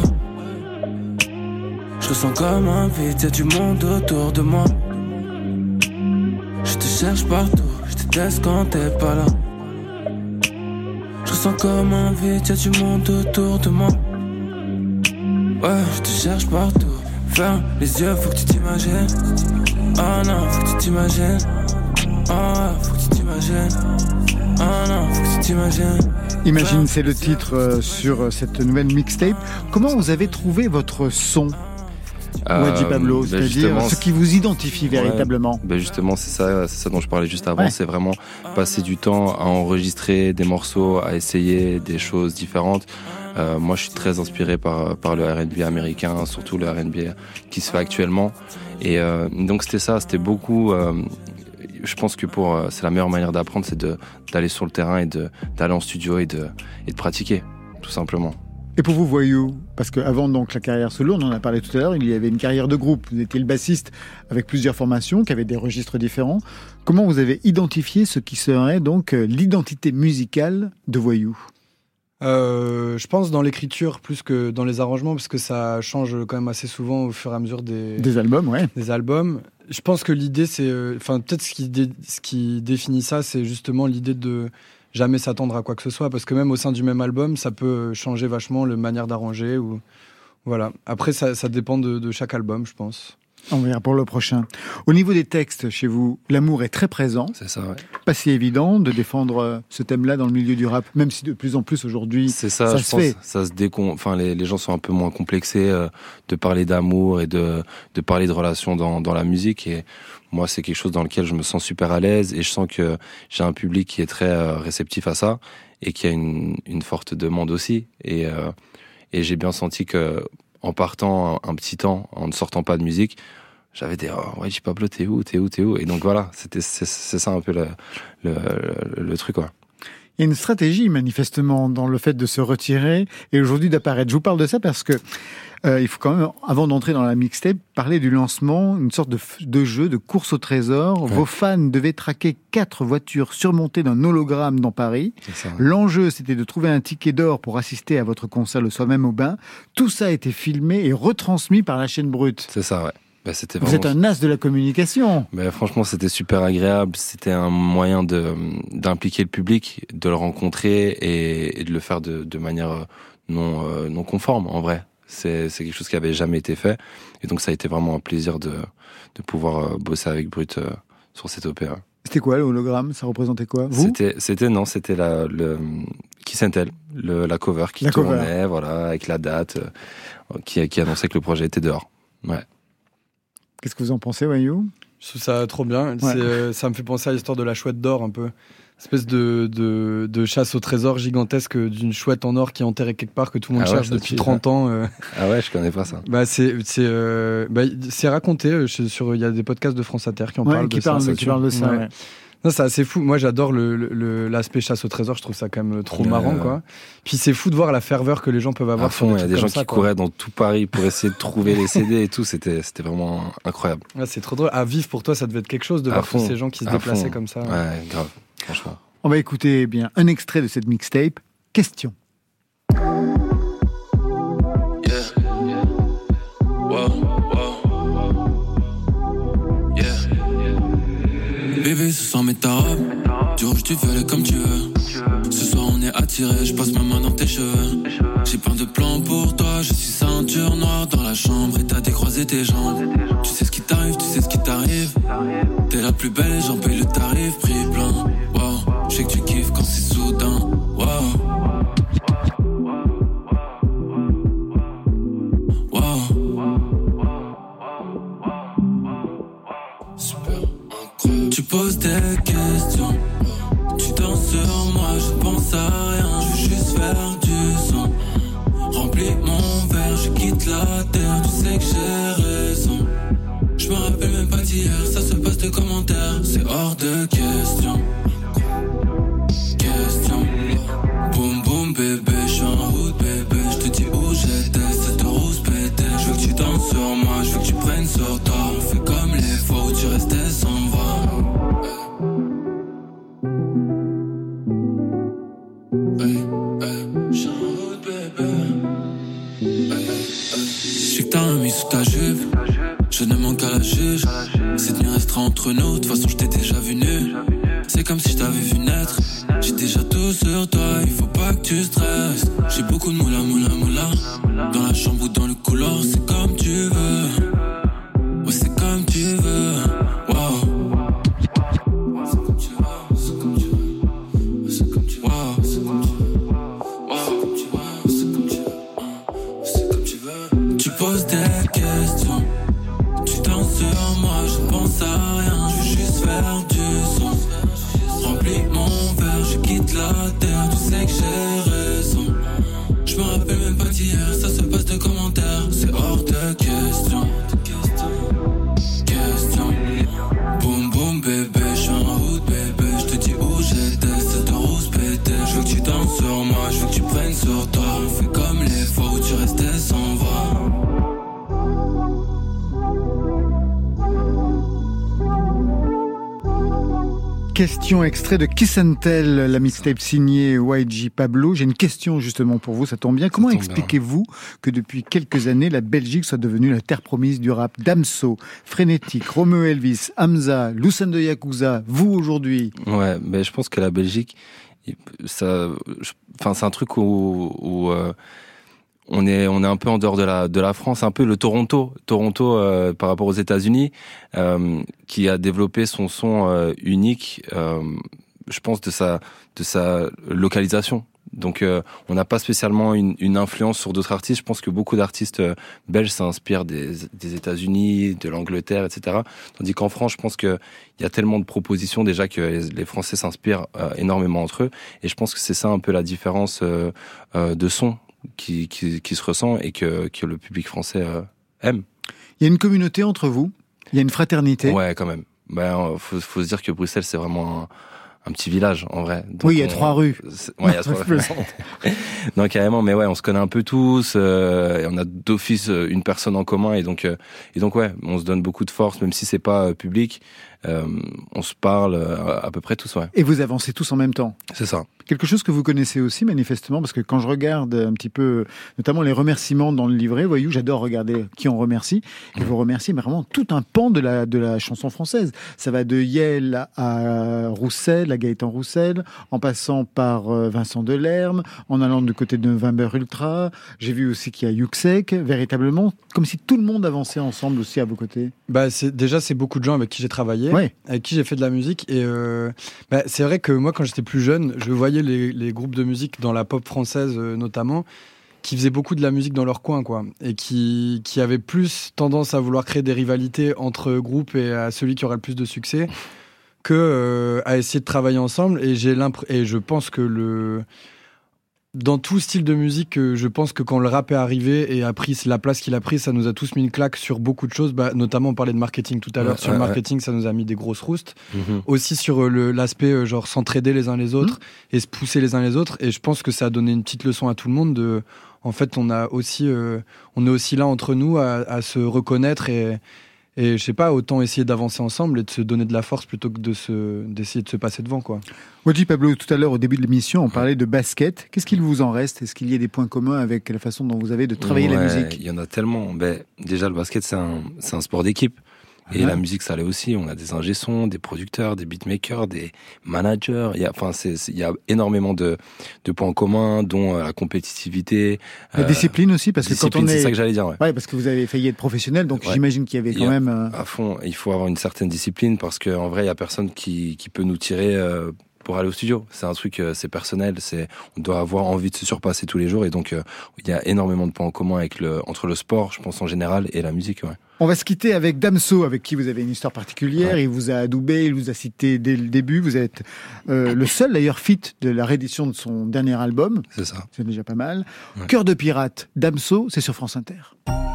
Je ressens comme un vide, y'a du monde autour de moi. Je te cherche partout, je te laisse quand t'es pas là. Je ressens comme un vide, y'a du monde autour de moi. Ouais, je te cherche partout. Ferme les yeux, faut que tu t'imagines. Oh non, faut que tu t'imagines. Oh ouais, faut que tu t'imagines. Oh non, faut que tu t'imagines. Imagine, c'est le titre euh, sur cette nouvelle mixtape. Comment vous avez trouvé votre son, Euh, Y G Pablo, ben c'est-à-dire justement, ce qui vous identifie véritablement? Ben justement, c'est ça, c'est ça dont je parlais juste avant. Ouais. C'est vraiment passer du temps à enregistrer des morceaux, à essayer des choses différentes. Euh, moi, je suis très inspiré par par le R and B américain, surtout le R and B qui se fait actuellement. Et euh, donc c'était ça, c'était beaucoup. Euh, je pense que pour euh, c'est la meilleure manière d'apprendre, c'est de d'aller sur le terrain et de d'aller en studio et de et de pratiquer, tout simplement. Et pour vous, Voyou, parce qu'avant donc la carrière solo, on en a parlé tout à l'heure, il y avait une carrière de groupe. Vous étiez le bassiste avec plusieurs formations qui avaient des registres différents. Comment vous avez identifié ce qui serait donc l'identité musicale de Voyou? Euh, je pense dans l'écriture plus que dans les arrangements, parce que ça change quand même assez souvent au fur et à mesure des, Des albums, ouais. des albums. Je pense que l'idée, c'est... Enfin, peut-être ce qui, dé- ce qui définit ça, c'est justement l'idée de jamais s'attendre à quoi que ce soit, parce que même au sein du même album, ça peut changer vachement la manière d'arranger. Ou... Voilà. Après, ça, ça dépend de, de chaque album, je pense. On verra pour le prochain. Au niveau des textes, chez vous, l'amour est très présent. C'est ça, ouais. Pas si évident de défendre euh, ce thème-là dans le milieu du rap, même si de plus en plus aujourd'hui, C'est ça, ça je se pense. fait. Ça se décon. Enfin, les, les gens sont un peu moins complexés euh, de parler d'amour et de de parler de relations dans dans la musique. Et moi, c'est quelque chose dans lequel je me sens super à l'aise et je sens que j'ai un public qui est très euh, réceptif à ça et qui a une une forte demande aussi. Et euh, et j'ai bien senti que en partant un, un petit temps, en ne sortant pas de musique, j'avais des oh ouais, Pablo, t'es où, t'es où, t'es où. Et donc voilà, c'était c'est, c'est ça un peu le le, le, le truc, quoi. Il y a une stratégie, manifestement, dans le fait de se retirer et aujourd'hui d'apparaître. Je vous parle de ça parce que euh, il faut quand même, avant d'entrer dans la mixtape, parler du lancement, une sorte de, de jeu de course au trésor. Ouais. Vos fans devaient traquer quatre voitures surmontées d'un hologramme dans Paris. Ça, ouais. L'enjeu, c'était de trouver un ticket d'or pour assister à votre concert le soir même au bain. Tout ça a été filmé et retransmis par la chaîne Brut. C'est ça, ouais. Bah, c'était Vous êtes un as de la communication. Bah, franchement, c'était super agréable. C'était un moyen de, d'impliquer le public, de le rencontrer et, et de le faire de, de manière non, euh, non conforme, en vrai. C'est, c'est quelque chose qui avait jamais été fait. Et donc, ça a été vraiment un plaisir de, de pouvoir euh, bosser avec Brut euh, sur cette opéra. C'était quoi, le hologramme? Ça représentait quoi? Vous? C'était, c'était, non, c'était la, le, Kiss and Tell, le, la cover qui la tournait, cover. Voilà, avec la date, euh, qui, qui annonçait que le projet était dehors. Ouais. Qu'est-ce que vous en pensez, Wayou? Je trouve ça trop bien. Ouais. C'est, euh, ça me fait penser à l'histoire de la chouette d'or, un peu. Espèce de, de, de chasse au trésor gigantesque d'une chouette en or qui est enterrée quelque part, que tout le monde ah cherche ouais, depuis trente ans. Euh. Ah ouais, je connais pas ça. Bah, c'est, c'est, euh, bah, c'est raconté. Sur, il y a des podcasts de France Inter qui en ouais, parlent qui de parlent ça. De, qui parlent de ça, ouais. Ouais. Non, c'est assez fou. Moi, j'adore le, le, l'aspect chasse au trésor. Je trouve ça quand même trop ouais, marrant, quoi. Puis c'est fou de voir la ferveur que les gens peuvent avoir. À fond, il y a des gens ça, qui quoi. couraient dans tout Paris pour essayer de trouver les C D et tout. C'était, c'était vraiment incroyable. Ouais, c'est trop drôle. À vivre pour toi, ça devait être quelque chose de à voir fond, tous ces gens qui se déplaçaient fond. Comme ça. Ouais, ouais, grave. Franchement. On va écouter eh bien un extrait de cette mixtape. Question. Yeah. Wow, wow. Yeah. Bébé, ce soir, mets ta robe. Du rouge, tu veux comme tu veux. Ce soir, on est attiré. Je passe ma main dans tes cheveux. J'ai plein de plans pour toi. Je suis ceinture noire dans la chambre. Et t'as décroisé tes jambes. Tu sais ce qui t'arrive, tu sais ce qui t'arrive. T'es la plus belle et j'en paye le tarif. Prix plein. Wow. Je sais que tu kiffes quand c'est soudain. Wow. Wow. Super incroyable. Tu poses des questions. Tu danses sur moi, je pense à rien. Je veux juste faire du son. Remplis mon verre, je quitte la terre. Tu sais que j'ai raison. Je me rappelle même pas d'hier. Ça se passe de commentaires. C'est hors de question. Boum boum bébé, je suis en route bébé. Je te dis où j'étais, cette rose pété. Je veux que tu danses sur moi, je veux que tu prennes sur toi. On fait comme les faux, tu restais sans voix. Hey, hey, je suis en route bébé. Hey, hey, hey. Je sais que t'as un mis sous ta jupe. Je ne manque qu'à la juge. Cette nuit restera entre nous, de toute façon je t'ai déjà vu nu. C'est comme si je t'avais vu naître. J'ai déjà tout sur toi, il faut pas que tu stresses. J'ai beaucoup de moula, moula, moula. Dans la chambre ou dans le couloir, c'est comme tu veux. Ouais, c'est comme tu veux. Wow. C'est comme tu veux, c'est comme tu veux. Ouais, c'est comme tu veux. Wow, c'est comme tu veux. Wow, c'est comme tu veux, c'est comme tu veux. Tu poses des questions. Tu danses sur moi, je pense à rien. Je veux juste faire du son. Remplis mon verre, je quitte la terre. Tu sais que j'ai raison. Je me rappelle même pas d'hier. Ça se passe de commentaires. C'est hors de question. Question. Boum boum bébé, je suis en route bébé. Je te dis où j'étais, cette rose pété. Je veux que tu danses sur moi, je veux que tu prennes sur toi. On fait comme les faux, tu restais sans voix. Question extrait de Kiss and Tell, la mixtape signée Y G Pablo. J'ai une question justement pour vous, ça tombe bien. Comment expliquez-vous que depuis quelques années, la Belgique soit devenue la terre promise du rap? Damso, Frénétique, Romeo Elvis, Hamza, Lucen de Yakuza, vous aujourd'hui? Ouais, mais je pense que la Belgique, ça, enfin, c'est un truc où, où euh, on est on est un peu en dehors de la de la France, un peu le Toronto, Toronto euh, par rapport aux États-Unis, euh, qui a développé son son euh, unique, euh, je pense de sa de sa localisation. Donc euh, on n'a pas spécialement une, une influence sur d'autres artistes. Je pense que beaucoup d'artistes euh, belges s'inspirent des, des États-Unis, de l'Angleterre, et cetera. Tandis qu'en France, je pense qu'il y a tellement de propositions déjà que les, les Français s'inspirent euh, énormément entre eux. Et je pense que c'est ça un peu la différence euh, euh, de son qui, qui, qui se ressent et que, que le public français euh, aime. Il y a une communauté entre vous? Il y a une fraternité? Ouais, quand même. Ben, faut, faut se dire que Bruxelles, c'est vraiment un petit village en vrai. Donc oui, il y a on, trois rues. Ouais, il y a trois rues. Non, carrément, mais ouais, on se connaît un peu tous. Euh, et on a d'office une personne en commun, et donc euh, et donc ouais, on se donne beaucoup de force, même si c'est pas euh, public. Euh, on se parle euh, à peu près tous, ouais. Et vous avancez tous en même temps. C'est ça. Quelque chose que vous connaissez aussi manifestement, parce que quand je regarde un petit peu, notamment les remerciements dans le livret, voyez, j'adore regarder qui on remercie, et vous remerciez vraiment tout un pan de la, de la chanson française. Ça va de Yael à Roussel, à Gaëtan Roussel, en passant par Vincent Delerme, en allant du côté de November Ultra. J'ai vu aussi qu'il y a Yuxek, véritablement, comme si tout le monde avançait ensemble aussi à vos côtés. Bah, c'est, déjà, c'est beaucoup de gens avec qui j'ai travaillé, ouais. avec qui j'ai fait de la musique. Et euh, bah, c'est vrai que moi, quand j'étais plus jeune, je voyais les, les groupes de musique dans la pop française euh, notamment, qui faisaient beaucoup de la musique dans leur coin, quoi, et qui, qui avaient plus tendance à vouloir créer des rivalités entre groupes et à celui qui aurait le plus de succès que euh, à essayer de travailler ensemble. Et j'ai l'impr- et je pense que le dans tout style de musique, je pense que quand le rap est arrivé et a pris la place qu'il a pris, ça nous a tous mis une claque sur beaucoup de choses. Bah, notamment, on parlait de marketing tout à l'heure. Ouais, sur ouais, le marketing, ouais. Ça nous a mis des grosses roustes. Mm-hmm. Aussi sur le, l'aspect genre s'entraider les uns les autres mm-hmm. et se pousser les uns les autres. Et je pense que ça a donné une petite leçon à tout le monde. De, en fait, on a aussi, euh, on est aussi là entre nous à, à se reconnaître et Et je sais pas, autant essayer d'avancer ensemble et de se donner de la force plutôt que de se, d'essayer de se passer devant, quoi. Wadji Pablo, tout à l'heure, au début de l'émission, on parlait de basket. Qu'est-ce qu'il vous en reste ? Est-ce qu'il y a des points communs avec la façon dont vous avez de travailler ouais, la musique ? Il y en a tellement. Ben, déjà, le basket, c'est un, c'est un sport d'équipe. Et ah. la musique, ça l'est aussi. On a des ingé-sons, des producteurs, des beatmakers, des managers. Il y a, enfin, c'est, c'est, il y a énormément de, de points communs, dont la compétitivité. La euh, discipline aussi, parce que quand on est... c'est ça que j'allais dire, ouais. Ouais, parce que vous avez failli être professionnel, donc ouais. j'imagine qu'il y avait quand il y a, même... Euh... À fond, il faut avoir une certaine discipline, parce qu'en vrai, il y a personne qui, qui peut nous tirer... Euh, pour aller au studio. C'est un truc, euh, c'est personnel, c'est, on doit avoir envie de se surpasser tous les jours, et donc euh, il y a énormément de points en commun avec le, entre le sport, je pense en général, et la musique, ouais. On va se quitter avec Damso, avec qui vous avez une histoire particulière. Ouais. Il vous a adoubé, il vous a cité dès le début. Vous êtes euh, le seul d'ailleurs feat de la réédition de son dernier album. C'est ça. C'est déjà pas mal. Ouais. Cœur de pirate, Damso, c'est sur France Inter.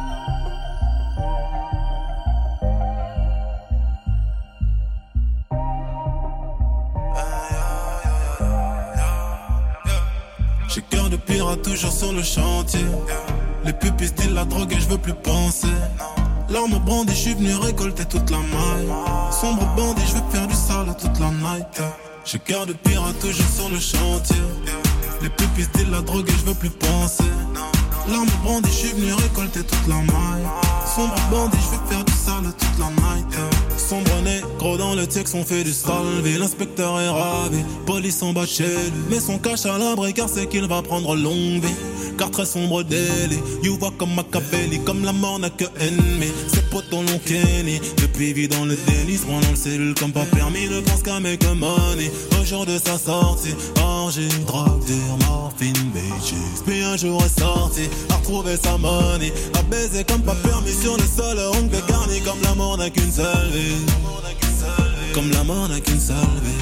J'ai cœur de pirate toujours sur le chantier. Les pupilles disent la drogue et je veux plus penser. L'arme brandie, je suis venu récolter toute la maille. Sombre bandit, je veux faire du sale toute la night. J'ai cœur de pirate toujours sur le chantier. Les pupilles disent la drogue et je veux plus penser. L'arme brandie, je suis venu récolter toute la maille. Sombre bandit, je veux faire du sale toute la night. Sombre négro dans le texte, on fait du salvé. L'inspecteur est ravi, police en bas chez lui. Mais son cache à l'abri car c'est qu'il va prendre longue vie. Car très sombre délit, you voit comme Machiavelli. Comme la mort n'a que ennemi, ses potes l'ont Kenny. Depuis vit dans le délit, se prend dans le cellule comme pas permis. Ne pense qu'à make money. Au jour de sa sortie, orgie, drogue, dire, morphine, bitches. Puis un jour est sorti, a retrouvé sa money. A baiser comme pas permis sur le sol, ongle garni. Comme la mort n'a qu'une seule vie. Comme la mort n'a qu'une seule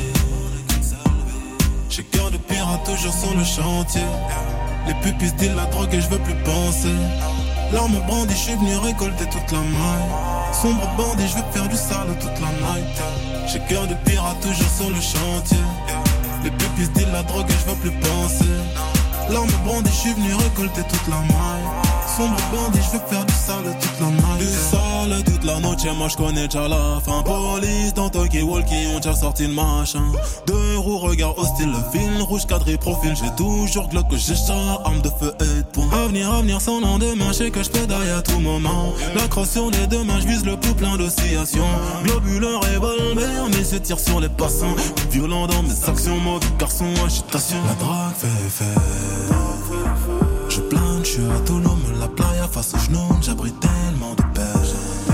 vie. J'ai cœur de pirate toujours sur le chantier. Les pupilles disent la drogue et je veux plus penser. L'arme brandie, je suis venu récolter toute la maille. Sombre bandit, je veux faire du sale toute la night. J'ai cœur de pirate toujours sur le chantier. Les pupilles disent la drogue et je veux plus penser. L'arme brandie, je suis venu récolter toute la maille. Sombre bandit, je veux faire du sale toute la night. Du sale toute la noche, moi je connais déjà la fin. Police dans Tokyo Walkie, ont déjà sorti le machin. Deux roues, regard hostile, le fil rouge cadré profil. J'ai toujours Glock que j'ai chat, arme de feu et de poing. Avenir, avenir sans lendemain, je sais que je pédaille à tout moment. La crosse sur les deux mains, je vise le pouls plein d'oscillations. Globuleur, revolver, mais je tire sur les passants. Violent dans mes actions, mauvais garçon, agitation. La drague fait fait. Je plane, je suis à Tulum, la playa face aux genoux, j'abrite tellement de paix.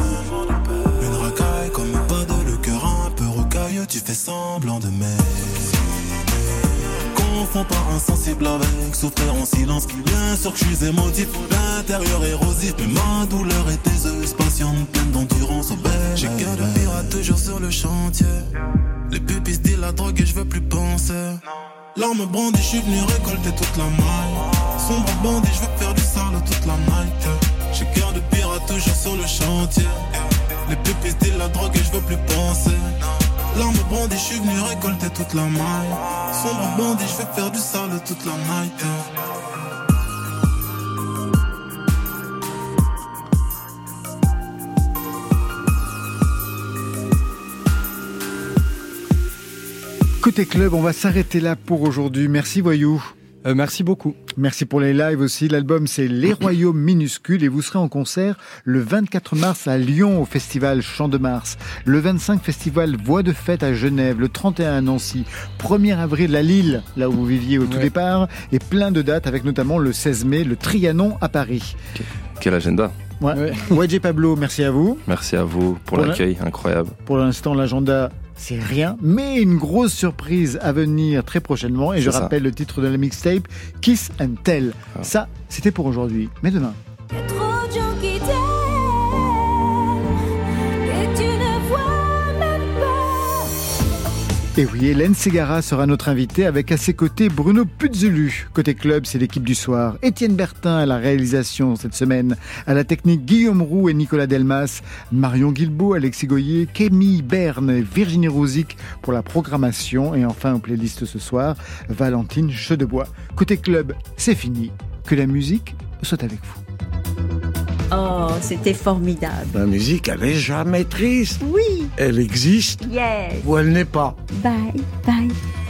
Une racaille comme pas de le cœur un peu rocailleux, tu fais semblant de m'aimer. Confonds pas insensible avec souffrir en silence. Bien sûr que je suis émotif, l'intérieur érosif. Mais ma douleur est aiseuse, patiente, pleine d'endurance au bec. J'ai cœur de pirate toujours sur le chantier. Les pupilles disent la drogue et je veux plus penser. L'arme brandie, je suis venu récolter toute la maille. Sombre bandit, je veux faire du sale toute la night. J'ai cœur de pirate toujours sur le chantier. Les pupilles disent la drogue et je veux plus penser. L'arme brandie, bandit, je suis venu récolter toute la maille. Sombre bandit, je vais faire du sale toute la night. Côté club, on va s'arrêter là pour aujourd'hui. Merci Voyou. Euh, merci beaucoup. Merci pour les lives aussi. L'album, c'est Les Royaumes Minuscules et vous serez en concert le vingt-quatre mars à Lyon au festival Chant de Mars, le vingt-cinq festival Voix de Fête à Genève, le trente et un à Nancy, premier avril à Lille, là où vous viviez au tout ouais. départ, et plein de dates avec notamment le seize mai, le Trianon à Paris. Quel agenda. Ouais. Ouais. Wedge et Pablo, merci à vous. Merci à vous pour, pour l'accueil, la... incroyable. Pour l'instant, l'agenda, c'est rien, mais une grosse surprise à venir très prochainement. Et c'est je ça. rappelle le titre de la mixtape, Kiss and Tell. Ah. Ça, c'était pour aujourd'hui. Mais demain. Y a trop de gens qui t'aiment et tu ne vois même pas. Et oui, Hélène Ségara sera notre invitée avec à ses côtés Bruno Puzulu. Côté club, c'est l'équipe du soir. Étienne Bertin à la réalisation cette semaine. À la technique, Guillaume Roux et Nicolas Delmas. Marion Guilbault, Alexis Goyer, Camille Berne et Virginie Rouzic pour la programmation. Et enfin, en playlist ce soir, Valentine Chedebois. Côté club, c'est fini. Que la musique soit avec vous. Oh, c'était formidable. La musique, elle est jamais triste. Oui. Elle existe. Yes. Ou elle n'est pas. Bye, bye.